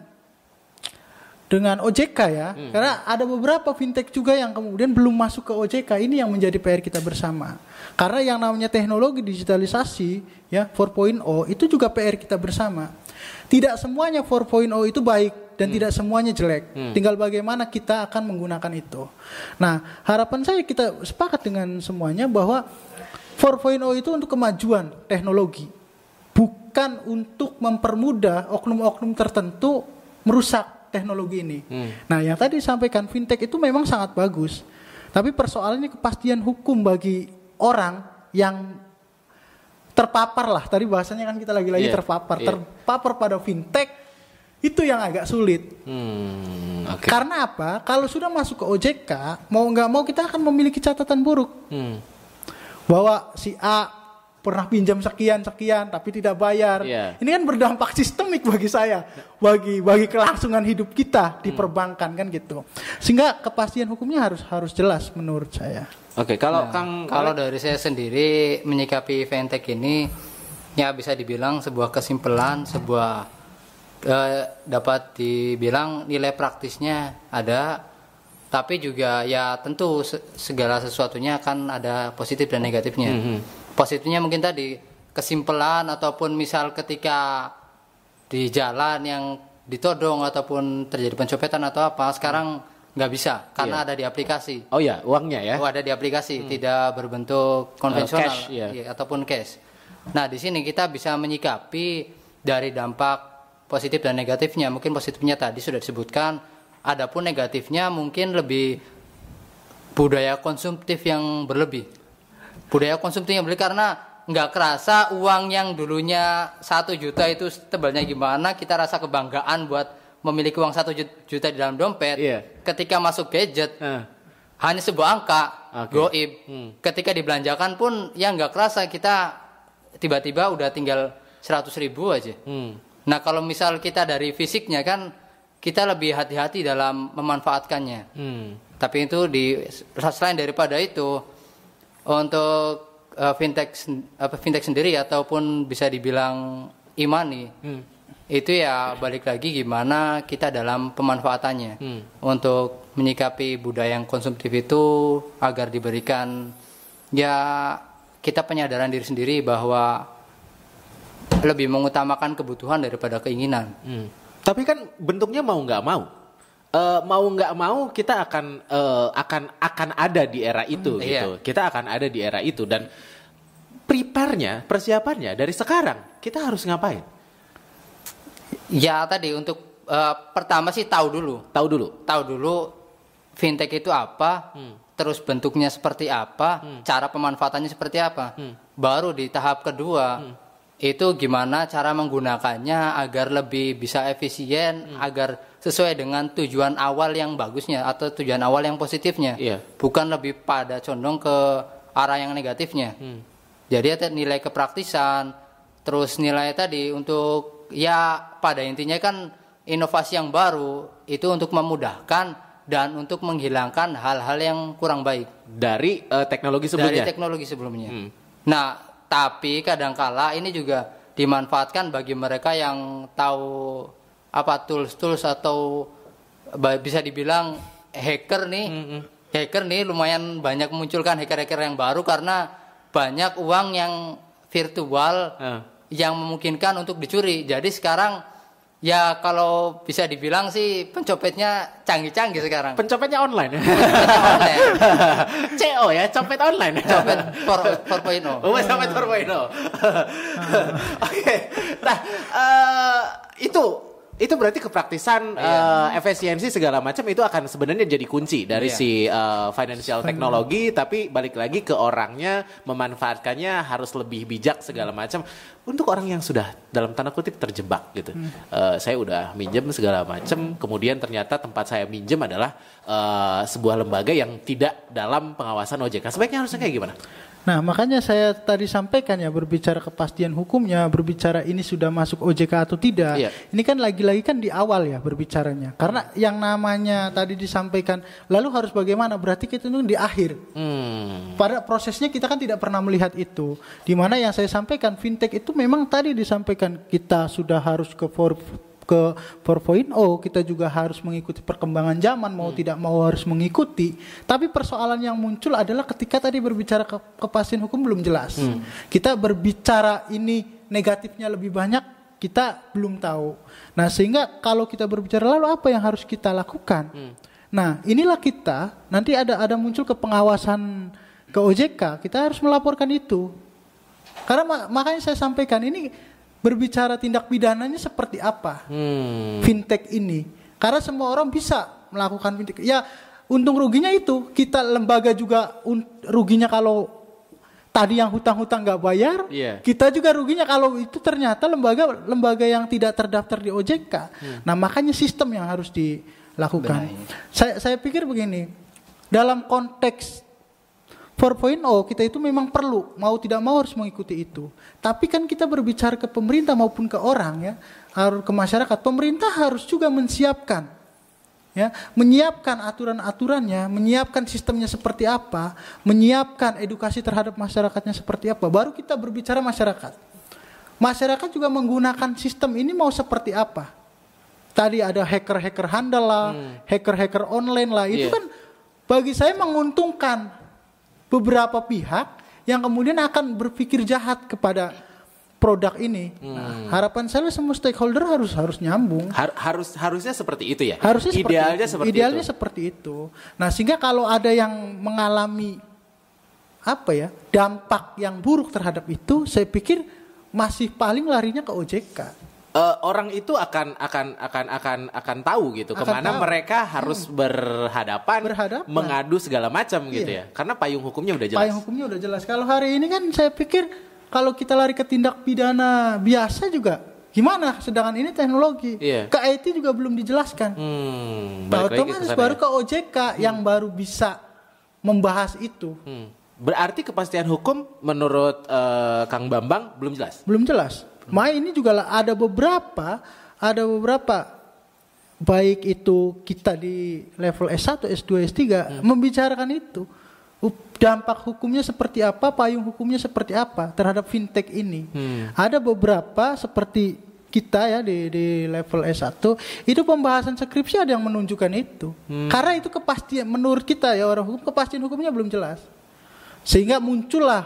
dengan O J K ya, hmm. karena ada beberapa fintech juga yang kemudian belum masuk ke O J K, ini yang menjadi P R kita bersama. Karena yang namanya teknologi digitalisasi ya empat titik nol itu juga P R kita bersama. Tidak semuanya empat titik nol itu baik dan hmm. tidak semuanya jelek. Hmm. Tinggal bagaimana kita akan menggunakan itu. Nah, harapan saya kita sepakat dengan semuanya bahwa empat titik nol itu untuk kemajuan teknologi, bukan untuk mempermudah oknum-oknum tertentu merusak teknologi ini. Hmm. Nah, yang tadi disampaikan fintech itu memang sangat bagus. Tapi persoalannya kepastian hukum bagi orang yang terpapar lah. Tadi bahasanya kan kita lagi-lagi yeah. terpapar, yeah. terpapar pada fintech. Itu yang agak sulit. Hmm, okay. Karena apa? Kalau sudah masuk ke O J K, mau nggak mau kita akan memiliki catatan buruk. Hmm. Bahwa si A pernah pinjam sekian-sekian tapi tidak bayar. Yeah. Ini kan berdampak sistemik bagi saya. Bagi bagi kelangsungan hidup kita di hmm. perbankan kan gitu. Sehingga kepastian hukumnya harus harus jelas menurut saya. Oke, okay, kalau nah, Kang kalau dari saya sendiri menyikapi fintech ini ya bisa dibilang sebuah kesimpulan, sebuah Uh, dapat dibilang nilai praktisnya ada, tapi juga ya tentu segala sesuatunya akan ada positif dan negatifnya. Mm-hmm. Positifnya mungkin tadi kesimpulan ataupun misal ketika di jalan yang ditodong ataupun terjadi pencopetan atau apa, sekarang nggak bisa karena yeah. ada di aplikasi. Oh ya, uangnya ya? Oh ada di aplikasi, hmm. tidak berbentuk konvensional uh, cash, yeah. ya, ataupun cash. Nah di sini kita bisa menyikapi dari dampak positif dan negatifnya. Mungkin positifnya tadi sudah disebutkan, adapun negatifnya mungkin lebih budaya konsumtif yang berlebih. Budaya konsumtif yang berlebih karena nggak kerasa uang yang dulunya satu juta itu tebalnya gimana, kita rasa kebanggaan buat memiliki uang satu juta di dalam dompet. Yeah. Ketika masuk gadget, uh. hanya sebuah angka, okay. goib. Hmm. Ketika dibelanjakan pun ya nggak kerasa, kita tiba-tiba udah tinggal seratus ribu aja. Hmm. Nah kalau misal kita dari fisiknya kan kita lebih hati-hati dalam memanfaatkannya. Hmm. Tapi itu di selain daripada itu untuk uh, fintech apa fintech sendiri ataupun bisa dibilang e-money hmm. itu ya balik lagi gimana kita dalam pemanfaatannya hmm. untuk menyikapi budaya yang konsumtif itu agar diberikan ya kita penyadaran diri sendiri bahwa lebih mengutamakan kebutuhan daripada keinginan. Hmm. Tapi kan bentuknya mau nggak mau, uh, mau nggak mau kita akan uh, akan akan ada di era itu, hmm, gitu. Iya. Kita akan ada di era itu dan prepare-nya, persiapannya dari sekarang kita harus ngapain? Ya tadi untuk uh, pertama sih tahu dulu, tahu dulu, tahu dulu fintech itu apa, hmm. terus bentuknya seperti apa, hmm. cara pemanfaatannya seperti apa. Hmm. Baru di tahap kedua. Hmm. Itu gimana cara menggunakannya agar lebih bisa efisien, hmm. agar sesuai dengan tujuan awal yang bagusnya atau tujuan awal yang positifnya, yeah. bukan lebih pada condong ke arah yang negatifnya. Hmm. Jadi ada nilai kepraktisan, terus nilai tadi untuk ya pada intinya kan inovasi yang baru itu untuk memudahkan dan untuk menghilangkan hal-hal yang kurang baik dari uh, teknologi sebelumnya. Dari teknologi sebelumnya. Hmm. Nah. Tapi kadangkala ini juga dimanfaatkan bagi mereka yang tahu apa tools-tools atau bisa dibilang hacker nih. Mm-hmm. Hacker nih lumayan banyak memunculkan hacker-hacker yang baru karena banyak uang yang virtual uh. yang memungkinkan untuk dicuri. Jadi sekarang ya kalau bisa dibilang sih pencopetnya canggih-canggih sekarang. Pencopetnya online. Pencopetnya online. C O ya, copet online. Copet empat titik nol. Oh, copet empat titik nol. Oke. Nah, uh, itu itu berarti kepraktisan, yeah. uh, efisiensi segala macam itu akan sebenarnya jadi kunci dari yeah. si uh, financial teknologi, tapi balik lagi ke orangnya memanfaatkannya harus lebih bijak segala macam. Untuk orang yang sudah dalam tanda kutip terjebak gitu, hmm. uh, saya udah minjem segala macam, kemudian ternyata tempat saya minjem adalah uh, sebuah lembaga yang tidak dalam pengawasan O J K. Sebaiknya harusnya kayak gimana? Nah, makanya saya tadi sampaikan ya, berbicara kepastian hukumnya, berbicara ini sudah masuk O J K atau tidak. Iya. Ini kan lagi-lagi kan di awal ya berbicaranya. Karena yang namanya tadi disampaikan, lalu harus bagaimana? Berarti kita itu di akhir. Hmm. Pada prosesnya kita kan tidak pernah melihat itu. Dimana yang saya sampaikan, fintech itu memang tadi disampaikan kita sudah harus ke for ke empat titik nol, kita juga harus mengikuti perkembangan zaman, mau hmm. tidak mau harus mengikuti. Tapi persoalan yang muncul adalah ketika tadi berbicara ke, kepastian hukum belum jelas. Hmm. Kita berbicara ini negatifnya lebih banyak, kita belum tahu. Nah, sehingga kalau kita berbicara lalu apa yang harus kita lakukan? Hmm. Nah, inilah kita nanti ada ada muncul ke pengawasan ke O J K, kita harus melaporkan itu. Karena mak- makanya saya sampaikan ini berbicara tindak pidananya seperti apa hmm. fintech ini, karena semua orang bisa melakukan fintech. Ya untung ruginya itu kita lembaga juga un- ruginya kalau tadi yang hutang-hutang nggak bayar, yeah. kita juga ruginya kalau itu ternyata lembaga lembaga yang tidak terdaftar di O J K. Hmm. Nah makanya sistem yang harus dilakukan. Saya saya pikir begini, dalam konteks empat titik nol kita itu memang perlu, mau tidak mau harus mengikuti itu. Tapi kan kita berbicara ke pemerintah maupun ke orang ya, harus ke masyarakat. Pemerintah harus juga menyiapkan, ya, menyiapkan aturan-aturannya, menyiapkan sistemnya seperti apa, menyiapkan edukasi terhadap masyarakatnya seperti apa. Baru kita berbicara masyarakat. Masyarakat juga menggunakan sistem ini mau seperti apa. Tadi ada hacker-hacker handal lah, hmm. hacker-hacker online lah. Itu yeah. kan bagi saya menguntungkan beberapa pihak yang kemudian akan berpikir jahat kepada produk ini. Hmm. Nah, harapan saya semua stakeholder harus harus nyambung. Har, harus harusnya seperti itu ya. Harusnya idealnya seperti seperti idealnya itu. seperti itu. Nah, sehingga kalau ada yang mengalami apa ya dampak yang buruk terhadap itu, saya pikir masih paling larinya ke O J K. Uh, orang itu akan akan akan akan akan tahu gitu akan kemana tahu. Mereka harus hmm. berhadapan, berhadapan, mengadu segala macam iya. gitu ya. Karena payung hukumnya udah jelas. Payung hukumnya udah jelas. Kalau hari ini kan saya pikir kalau kita lari ke tindak pidana biasa juga gimana? Sedangkan ini teknologi. Iya. Ke I T juga belum dijelaskan. Hmm, nah, otomatis baru ke O J K hmm. yang baru bisa membahas itu. Hmm. Berarti kepastian hukum menurut uh, Kang Bambang belum jelas? Belum jelas. Makanya ini juga ada beberapa, ada beberapa baik itu kita di level S satu, S dua, S tiga hmm. membicarakan itu. Dampak hukumnya seperti apa, payung hukumnya seperti apa terhadap fintech ini. Hmm. Ada beberapa seperti kita ya di, di level S satu, itu pembahasan skripsi ada yang menunjukkan itu. Hmm. Karena itu kepastian, menurut kita ya orang hukum, kepastian hukumnya belum jelas. Sehingga muncullah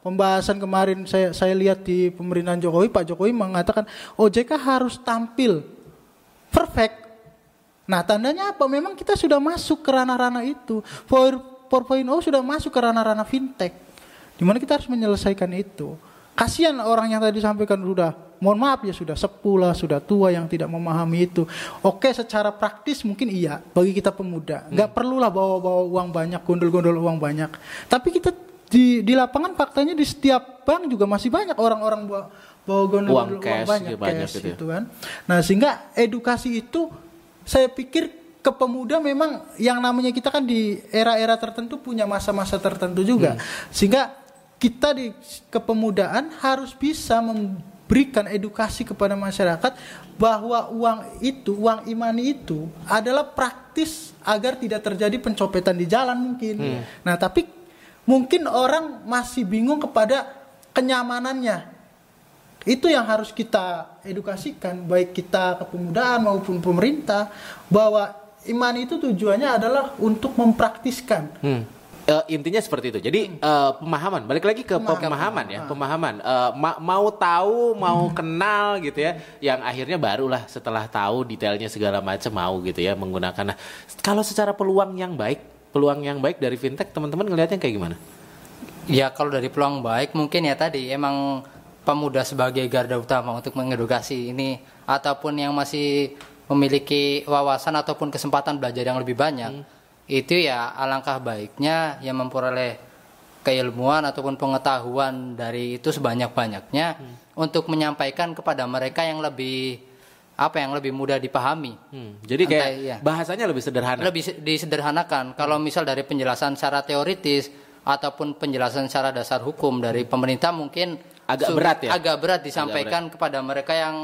pembahasan kemarin saya saya lihat di pemerintahan Jokowi, Pak Jokowi mengatakan O J K harus tampil perfect. Nah, tandanya apa? Memang kita sudah masuk ke ranah-ranah itu. empat titik nol sudah masuk ke ranah-ranah fintech. Di mana kita harus menyelesaikan itu. Kasihan orang yang tadi sampaikan sudah, mohon maaf ya sudah sepuh lah, sudah tua yang tidak memahami itu. Oke, secara praktis mungkin iya bagi kita pemuda. Nggak hmm. perlulah bawa-bawa uang banyak, gondol-gondol uang banyak. Tapi kita di di lapangan faktanya di setiap bank juga masih banyak orang-orang bawa bawa gondol uang, uang cash, banyak, ya banyak cash gitu, gitu kan. Nah, sehingga edukasi itu saya pikir ke pemuda memang yang namanya kita kan di era-era tertentu punya masa-masa tertentu juga. Hmm. Sehingga kita di kepemudaan harus bisa memberikan edukasi kepada masyarakat bahwa uang itu, uang imani itu adalah praktis agar tidak terjadi pencopetan di jalan mungkin. Hmm. Nah, tapi mungkin orang masih bingung kepada kenyamanannya. Itu yang harus kita edukasikan, baik kita kepemudaan maupun pemerintah, bahwa iman itu tujuannya adalah untuk mempraktiskan. Hmm. Uh, intinya seperti itu. Jadi uh, pemahaman, balik lagi ke pemahaman, pemahaman ya, pemahaman. Uh, ma- mau tahu, mau hmm. kenal gitu ya. Yang akhirnya barulah setelah tahu detailnya segala macam mau gitu ya menggunakan. Nah, kalau secara peluang yang baik, peluang yang baik dari fintech, teman-teman ngelihatnya kayak gimana? Ya kalau dari peluang baik mungkin ya tadi emang pemuda sebagai garda utama untuk mengedukasi ini, ataupun yang masih memiliki wawasan ataupun kesempatan belajar yang lebih banyak. Hmm. Itu ya alangkah baiknya yang memperoleh keilmuan ataupun pengetahuan dari itu sebanyak-banyaknya hmm. untuk menyampaikan kepada mereka yang lebih apa yang lebih mudah dipahami. Hmm. Jadi kayak Entah, ya. bahasanya lebih sederhana. Lebih disederhanakan. Hmm. Kalau misal dari penjelasan secara teoritis ataupun penjelasan secara dasar hukum dari pemerintah mungkin agak su- berat ya. Agak berat disampaikan agak berat. kepada mereka yang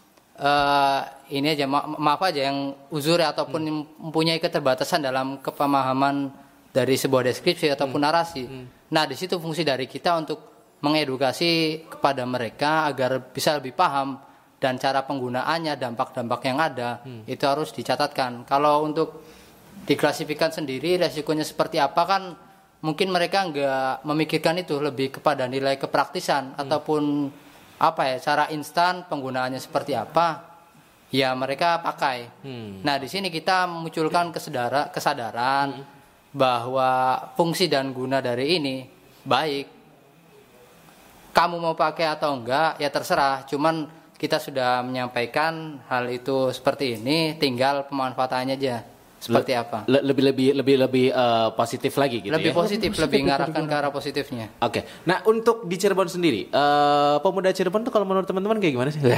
Uh, ini aja ma- maaf aja yang uzur ataupun hmm. mempunyai keterbatasan dalam kepemahaman dari sebuah deskripsi ataupun hmm. narasi. Hmm. Nah, di situ fungsi dari kita untuk mengedukasi kepada mereka agar bisa lebih paham dan cara penggunaannya, dampak-dampak yang ada hmm. itu harus dicatatkan. Kalau untuk diklasifikasikan sendiri resikonya seperti apa kan mungkin mereka nggak memikirkan itu, lebih kepada nilai kepraktisan hmm. ataupun apa ya cara instan penggunaannya seperti apa ya mereka pakai. Hmm. Nah di sini kita munculkan kesedara, kesadaran hmm. bahwa fungsi dan guna dari ini baik. Kamu mau pakai atau enggak ya terserah. Cuman kita sudah menyampaikan hal itu seperti ini, tinggal pemanfaatannya aja seperti Le- apa. Le- lebih lebih lebih lebih uh, positif lagi gitu lebih ya. Positif, lebih positif, lebih ngarahkan ke arah positifnya. Oke. Okay. Nah, untuk di Cirebon sendiri, uh, pemuda Cirebon tuh kalau menurut teman-teman kayak gimana sih?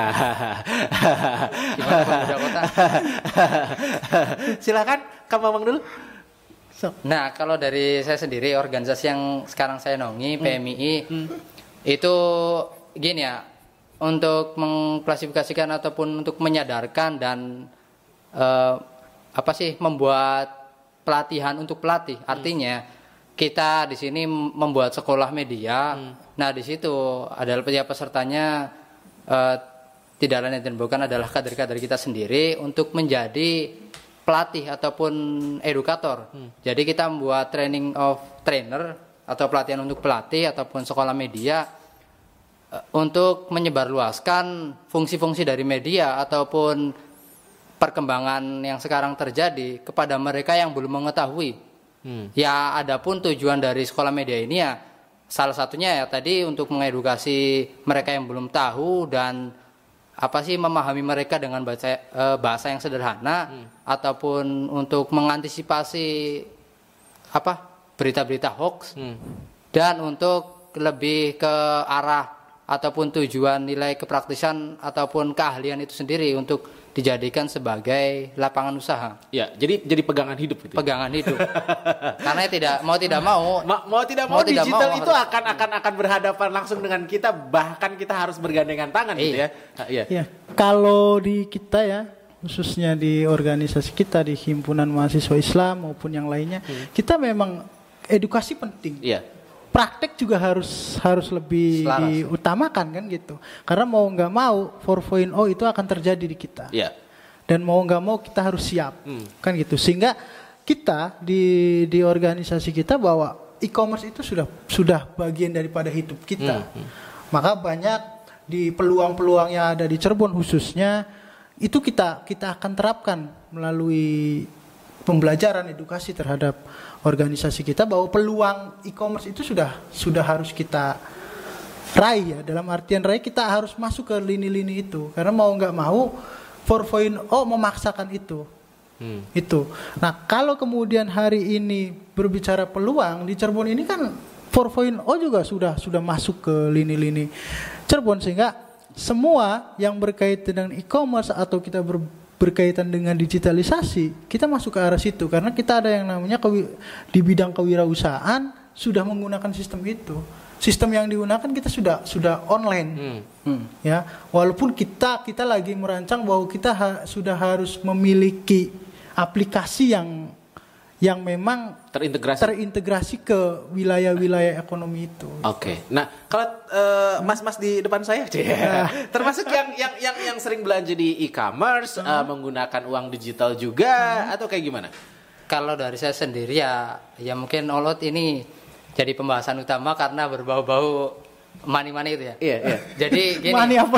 Gimana pemuda kota? Silakan, Kang Mamang dulu. So. Nah, kalau dari saya sendiri organisasi yang sekarang saya naungi, P M I I, hmm. itu gini ya, untuk mengklasifikasikan ataupun untuk menyadarkan dan uh, apa sih membuat pelatihan untuk pelatih. Artinya hmm. kita di sini membuat sekolah media. Hmm. Nah, di situ adalah ya pesertanya uh, tidak lain dan bukan adalah kader-kader kita sendiri untuk menjadi pelatih ataupun edukator. Hmm. Jadi kita membuat training of trainer atau pelatihan untuk pelatih ataupun sekolah media uh, untuk menyebarluaskan fungsi-fungsi dari media ataupun perkembangan yang sekarang terjadi kepada mereka yang belum mengetahui. Hmm. Ya, adapun tujuan dari sekolah media ini ya salah satunya ya tadi untuk mengedukasi mereka yang belum tahu dan apa sih memahami mereka dengan bahasa, eh, bahasa yang sederhana hmm. ataupun untuk mengantisipasi apa berita-berita hoax hmm. dan untuk lebih ke arah ataupun tujuan nilai kepraktisan ataupun keahlian itu sendiri untuk dijadikan sebagai lapangan usaha. Ya, jadi jadi pegangan hidup gitu. Pegangan hidup. Karena tidak mau tidak mau, Ma- mau tidak mau, mau digital tidak mau, itu harus, akan akan akan berhadapan langsung dengan kita, bahkan kita harus bergandengan tangan iya. gitu ya. Nah, iya. Ya, kalau di kita ya, khususnya di organisasi kita di Himpunan Mahasiswa Islam maupun yang lainnya, hmm. kita memang edukasi penting. Iya. Praktek juga harus harus lebih Selaras. diutamakan kan gitu. Karena mau nggak mau empat titik nol itu akan terjadi di kita. Yeah. Dan mau nggak mau kita harus siap, hmm. kan gitu. Sehingga kita di di organisasi kita bahwa e-commerce itu sudah sudah bagian daripada hidup kita. Hmm, hmm. Maka banyak di peluang-peluang yang ada di Cirebon khususnya itu kita kita akan terapkan melalui pembelajaran edukasi terhadap organisasi kita bahwa peluang e-commerce itu sudah sudah harus kita raih ya. Dalam artian raih kita harus masuk ke lini-lini itu karena mau nggak mau empat titik nol memaksakan itu. Hmm. Itu. Nah, kalau kemudian hari ini berbicara peluang di Cirebon ini kan empat titik nol juga sudah sudah masuk ke lini-lini Cirebon sehingga semua yang berkaitan dengan e-commerce atau kita ber, berkaitan dengan digitalisasi, kita masuk ke arah situ karena kita ada yang namanya kewi, di bidang kewirausahaan sudah menggunakan sistem itu. Sistem yang digunakan kita sudah sudah online. Hmm. Hmm. Ya, walaupun kita kita lagi merancang bahwa kita ha, sudah harus memiliki aplikasi yang yang memang terintegrasi terintegrasi ke wilayah-wilayah ekonomi itu. Oke. Okay. Nah, kalau uh, mas-mas di depan saya, nah. termasuk yang yang yang yang sering belanja di e-commerce, hmm. uh, menggunakan uang digital juga, hmm. atau kayak gimana? Kalau dari saya sendiri ya, ya mungkin Olot ini jadi pembahasan utama karena berbau-bau money-money itu ya. Iya, iya. Jadi gini. Money apa?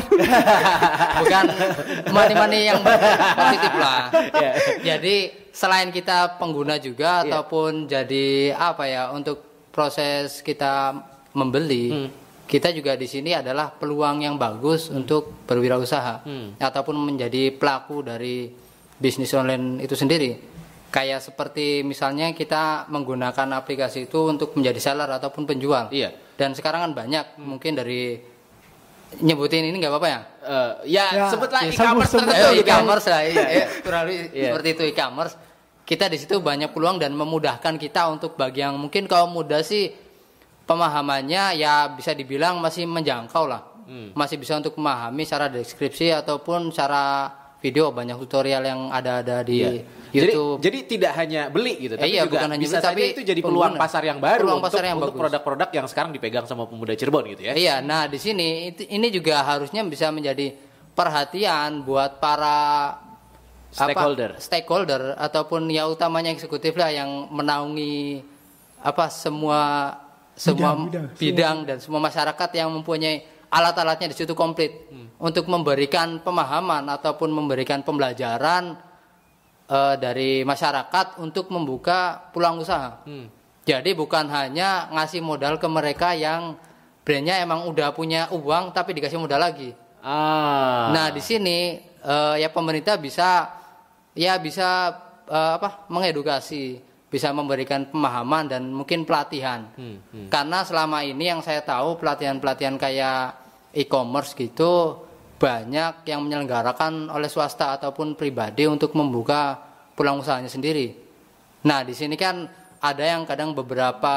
Bukan money-money yang positif lah. Yeah. Jadi selain kita pengguna juga yeah. ataupun jadi apa ya untuk proses kita membeli, hmm. kita juga di sini adalah peluang yang bagus hmm. untuk berwirausaha hmm. ataupun menjadi pelaku dari bisnis online itu sendiri. Kayak seperti misalnya kita menggunakan aplikasi itu untuk menjadi seller ataupun penjual. Iya. Dan sekarang kan banyak hmm. mungkin dari nyebutin ini nggak apa-apa ya? Uh, ya, ya sebutlah ya, e-commerce sebut, tertentu. Eh, e-commerce lah, ya, ya, kurang lebih yeah. seperti itu e-commerce. Kita di situ banyak peluang dan memudahkan kita untuk bagi yang mungkin kaum muda sih pemahamannya ya bisa dibilang masih menjangkau lah, hmm. masih bisa untuk memahami secara deskripsi ataupun secara video banyak tutorial yang ada-ada di yeah. YouTube. Jadi, jadi tidak hanya beli gitu, tapi eh, iya, juga bukan bisa beli, saja tapi itu jadi peluang pengguna. pasar yang baru peluang untuk, pasar yang untuk produk-produk yang sekarang dipegang sama pemuda Cirebon gitu ya. Iya, nah di sini ini juga harusnya bisa menjadi perhatian buat para stakeholder, apa, stakeholder ataupun ya utamanya eksekutif lah yang menaungi apa semua semua bidang, bidang, bidang dan semua masyarakat yang mempunyai alat-alatnya di situ komplit hmm. untuk memberikan pemahaman ataupun memberikan pembelajaran uh, dari masyarakat untuk membuka peluang usaha. Hmm. Jadi bukan hanya ngasih modal ke mereka yang brandnya emang udah punya uang tapi dikasih modal lagi. Ah. Nah di sini uh, ya pemerintah bisa ya bisa uh, apa mengedukasi, bisa memberikan pemahaman dan mungkin pelatihan. Hmm, hmm. Karena selama ini yang saya tahu pelatihan-pelatihan kayak e-commerce gitu banyak yang menyelenggarakan oleh swasta ataupun pribadi untuk membuka peluang usahanya sendiri. Nah, di sini kan ada yang kadang beberapa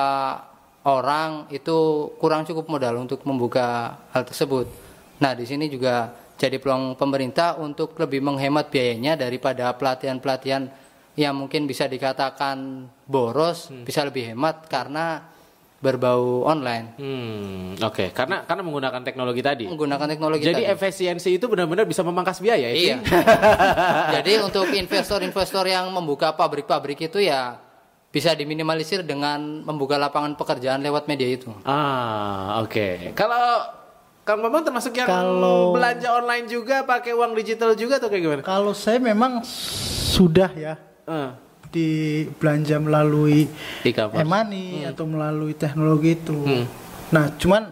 orang itu kurang cukup modal untuk membuka hal tersebut. Nah, di sini juga jadi peluang pemerintah untuk lebih menghemat biayanya daripada pelatihan-pelatihan yang mungkin bisa dikatakan boros, hmm. bisa lebih hemat karena berbau online. Hmm, oke, okay. karena karena menggunakan teknologi tadi. Menggunakan teknologi Jadi tadi. efisiensi itu benar-benar bisa memangkas biaya, ya? Iya. Jadi untuk investor-investor yang membuka pabrik-pabrik itu ya bisa diminimalisir dengan membuka lapangan pekerjaan lewat media itu. Ah, oke. Okay. Kalau Kang Bambang termasuk yang kalau belanja online juga, pakai uang digital juga atau kayak gimana? Kalau saya memang sudah ya. Uh. di belanja melalui e-money hmm. atau melalui teknologi itu. Hmm. Nah, cuman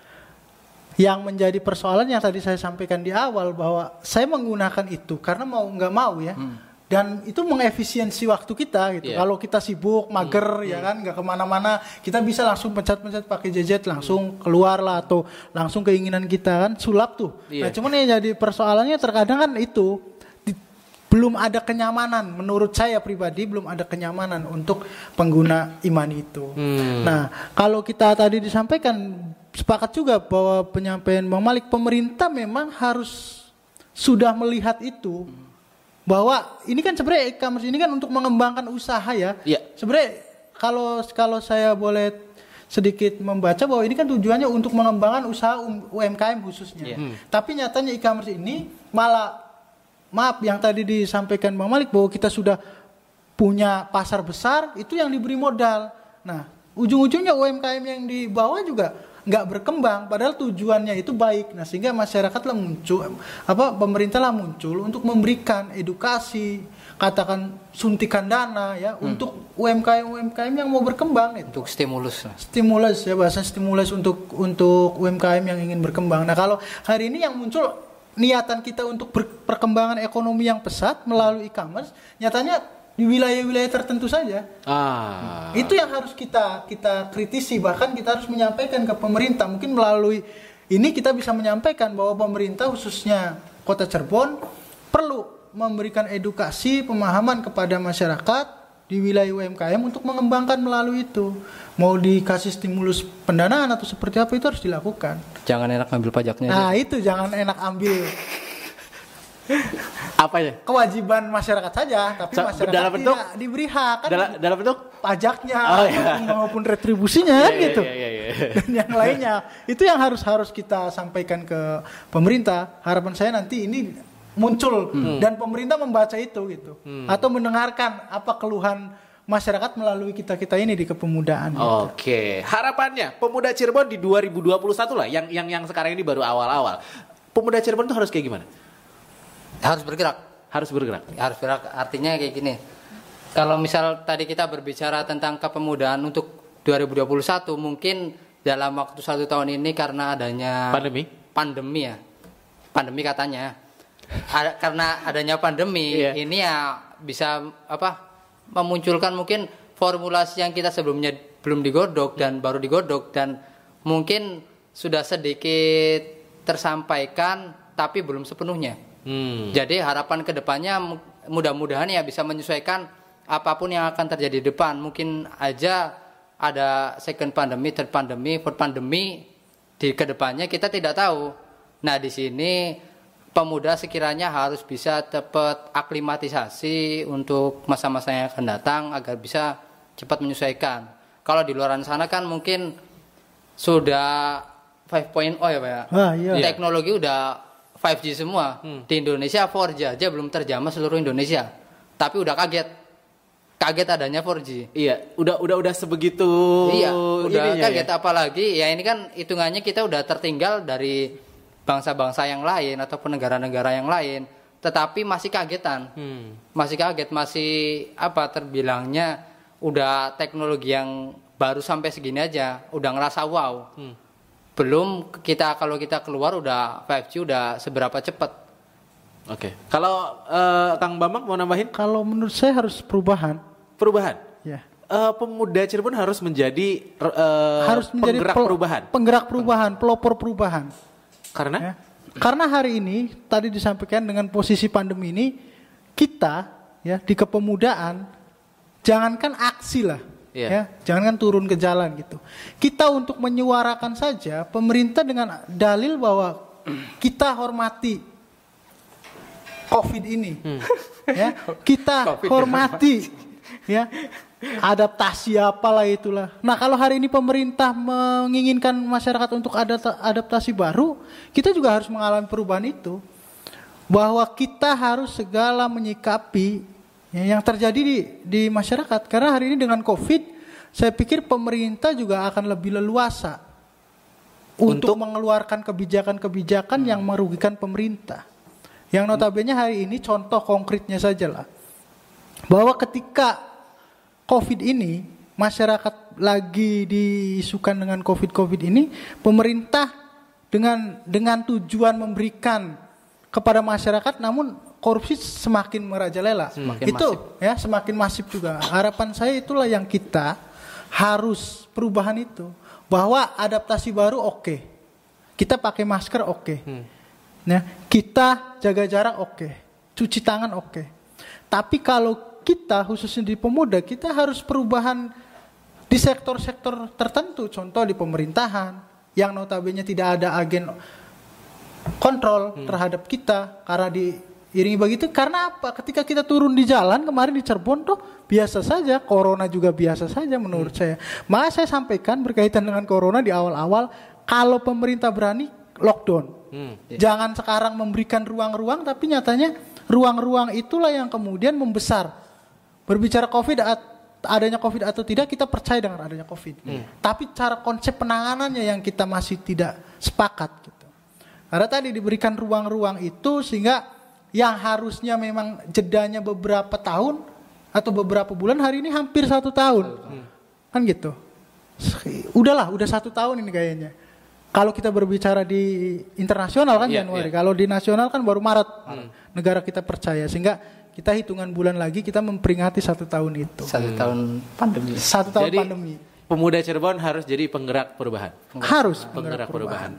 yang menjadi persoalan yang tadi saya sampaikan di awal bahwa saya menggunakan itu karena mau nggak mau ya, hmm. dan itu mengefisiensi waktu kita gitu. Yeah. Kalau kita sibuk, mager hmm. ya kan, nggak kemana-mana, kita bisa langsung pencet-pencet pakai gadget langsung hmm. keluar lah atau langsung keinginan kita kan sulap tuh. Yeah. Nah, cuman yang jadi persoalannya terkadang kan itu belum ada kenyamanan, menurut saya pribadi belum ada kenyamanan untuk pengguna e-money itu. Hmm. Nah, kalau kita tadi disampaikan, sepakat juga bahwa penyampaian Bang Malik, pemerintah memang harus sudah melihat itu, bahwa ini kan sebenarnya e-commerce ini kan untuk mengembangkan usaha ya. Yeah. Sebenarnya kalau kalau saya boleh sedikit membaca bahwa ini kan tujuannya untuk mengembangkan usaha U M K M khususnya. Yeah. Hmm. Tapi nyatanya e-commerce ini malah maaf yang tadi disampaikan Bang Malik bahwa kita sudah punya pasar besar itu yang diberi modal. Nah, ujung-ujungnya U M K M yang di bawah juga nggak berkembang, padahal tujuannya itu baik. Nah, sehingga masyarakat lah muncul, apa pemerintah lah muncul untuk memberikan edukasi, katakan suntikan dana ya hmm. untuk U M K M U M K M yang mau berkembang itu. Untuk stimulus. Stimulus ya, bahasa stimulus untuk untuk U M K M yang ingin berkembang. Nah, kalau hari ini yang muncul niatan kita untuk ber- perkembangan ekonomi yang pesat melalui e-commerce, nyatanya di wilayah-wilayah tertentu saja. Ah. Itu yang harus kita kita kritisi, bahkan kita harus menyampaikan ke pemerintah. Mungkin melalui ini kita bisa menyampaikan bahwa pemerintah khususnya Kota Cirebon perlu memberikan edukasi, pemahaman kepada masyarakat di wilayah U M K M untuk mengembangkan melalui itu. Mau dikasih stimulus pendanaan atau seperti apa itu harus dilakukan. Jangan enak ambil pajaknya. Nah, aja. itu jangan enak ambil apa ya? Kewajiban masyarakat saja, tapi So, masyarakat dalam bentuk, tidak diberi hak kan dalam, dalam bentuk pajaknya oh, iya. maupun retribusinya kan Iya, iya, gitu. iya, iya, iya. Dan yang lainnya itu yang harus harus kita sampaikan ke pemerintah. Harapan saya nanti ini muncul hmm. dan pemerintah membaca itu gitu hmm. atau mendengarkan apa keluhan masyarakat melalui kita-kita ini di kepemudaan. Oke, okay. Harapannya pemuda Cirebon di dua ribu dua puluh satu lah, yang yang yang sekarang ini baru awal-awal. Pemuda Cirebon tuh harus kayak gimana? Harus bergerak. Harus bergerak. Harus bergerak. Artinya kayak gini. Kalau misal tadi kita berbicara tentang kepemudaan untuk dua ribu dua puluh satu, mungkin dalam waktu satu tahun ini karena adanya pandemi, pandemi ya, pandemi katanya, Ada, karena adanya pandemi iya. ini ya bisa apa? Memunculkan mungkin formulasi yang kita sebelumnya belum digodok dan baru digodok dan mungkin sudah sedikit tersampaikan tapi belum sepenuhnya. Hmm. Jadi harapan kedepannya mudah-mudahan ya bisa menyesuaikan apapun yang akan terjadi di depan. Mungkin aja ada second pandemi, third pandemi, fourth pandemi di kedepannya kita tidak tahu. Nah di sini pemuda sekiranya harus bisa cepat aklimatisasi untuk masa-masa yang akan datang agar bisa cepat menyesuaikan. Kalau di luar sana kan mungkin sudah lima titik nol ya Pak ya. Ah, iya. Teknologi udah lima G semua. Hmm. Di Indonesia empat G aja belum terjamah seluruh Indonesia. Tapi udah kaget. Kaget adanya empat G. Iya, udah udah udah sebegitu. Iya, udah kaget ya? Apalagi ya ini kan hitungannya kita udah tertinggal dari bangsa-bangsa yang lain ataupun negara-negara yang lain, tetapi masih kagetan. Hmm. Masih kaget, masih apa terbilangnya udah teknologi yang baru sampai segini aja, udah ngerasa wow. Hmm. Belum kita kalau kita keluar udah lima G udah seberapa cepat. Oke. Okay. Kalau uh, Kang Bambang mau nambahin? Kalau menurut saya harus perubahan. Perubahan. Ya. Uh, pemuda Cirebon harus menjadi uh, harus menjadi penggerak pel- perubahan. Penggerak perubahan, pelopor perubahan. Karena? Ya. Karena hari ini tadi disampaikan dengan posisi pandemi ini kita ya di kepemudaan jangankan aksi lah. Yeah. Ya, jangan kan turun ke jalan gitu. Kita untuk menyuarakan saja pemerintah dengan dalil bahwa kita hormati COVID ini, hmm. ya kita COVID hormati, ya adaptasi apalah itulah. Nah kalau hari ini pemerintah menginginkan masyarakat untuk ada adaptasi baru, kita juga harus mengalami perubahan itu, bahwa kita harus segala menyikapi yang terjadi di, di masyarakat. Karena hari ini dengan COVID, saya pikir pemerintah juga akan lebih leluasa untuk, untuk mengeluarkan kebijakan-kebijakan hmm. yang merugikan pemerintah. Yang notabene hari ini contoh konkretnya saja lah, bahwa ketika COVID ini, masyarakat lagi diisukan dengan COVID-COVID ini, pemerintah dengan dengan tujuan memberikan kepada masyarakat, namun korupsi semakin merajalela. Semakin itu masif. Ya semakin masif juga. Harapan saya itulah yang kita harus perubahan itu, bahwa adaptasi baru oke, okay. Kita pakai masker oke, okay. hmm. Nah kita jaga jarak oke, okay. Cuci tangan oke. Okay. Tapi kalau kita khususnya di pemuda, kita harus perubahan di sektor-sektor tertentu, contoh di pemerintahan yang notabene tidak ada agen kontrol hmm. terhadap kita karena diiringi begitu. Karena apa? Ketika kita turun di jalan kemarin di Cirebon tuh biasa saja, corona juga biasa saja menurut hmm. saya. Maka saya sampaikan berkaitan dengan corona di awal-awal, kalau pemerintah berani lockdown, hmm. jangan sekarang memberikan ruang-ruang, tapi nyatanya ruang-ruang itulah yang kemudian membesar. Berbicara COVID adanya COVID atau tidak, kita percaya dengan adanya COVID. Hmm. Tapi cara konsep penanganannya yang kita masih tidak sepakat gitu. Karena tadi diberikan ruang-ruang itu sehingga yang harusnya memang jedanya beberapa tahun atau beberapa bulan, hari ini hampir satu tahun. Hmm. Kan gitu. Udahlah, udah satu tahun ini kayaknya. Kalau kita berbicara di internasional kan yeah, Januari, yeah. Kalau di nasional kan baru Maret. Hmm. Negara kita percaya, sehingga kita hitungan bulan lagi kita memperingati satu tahun itu. Satu hmm. tahun pandemi. Satu tahun jadi, pandemi. Pemuda Cirebon harus jadi penggerak perubahan. Harus penggerak, penggerak perubahan. perubahan.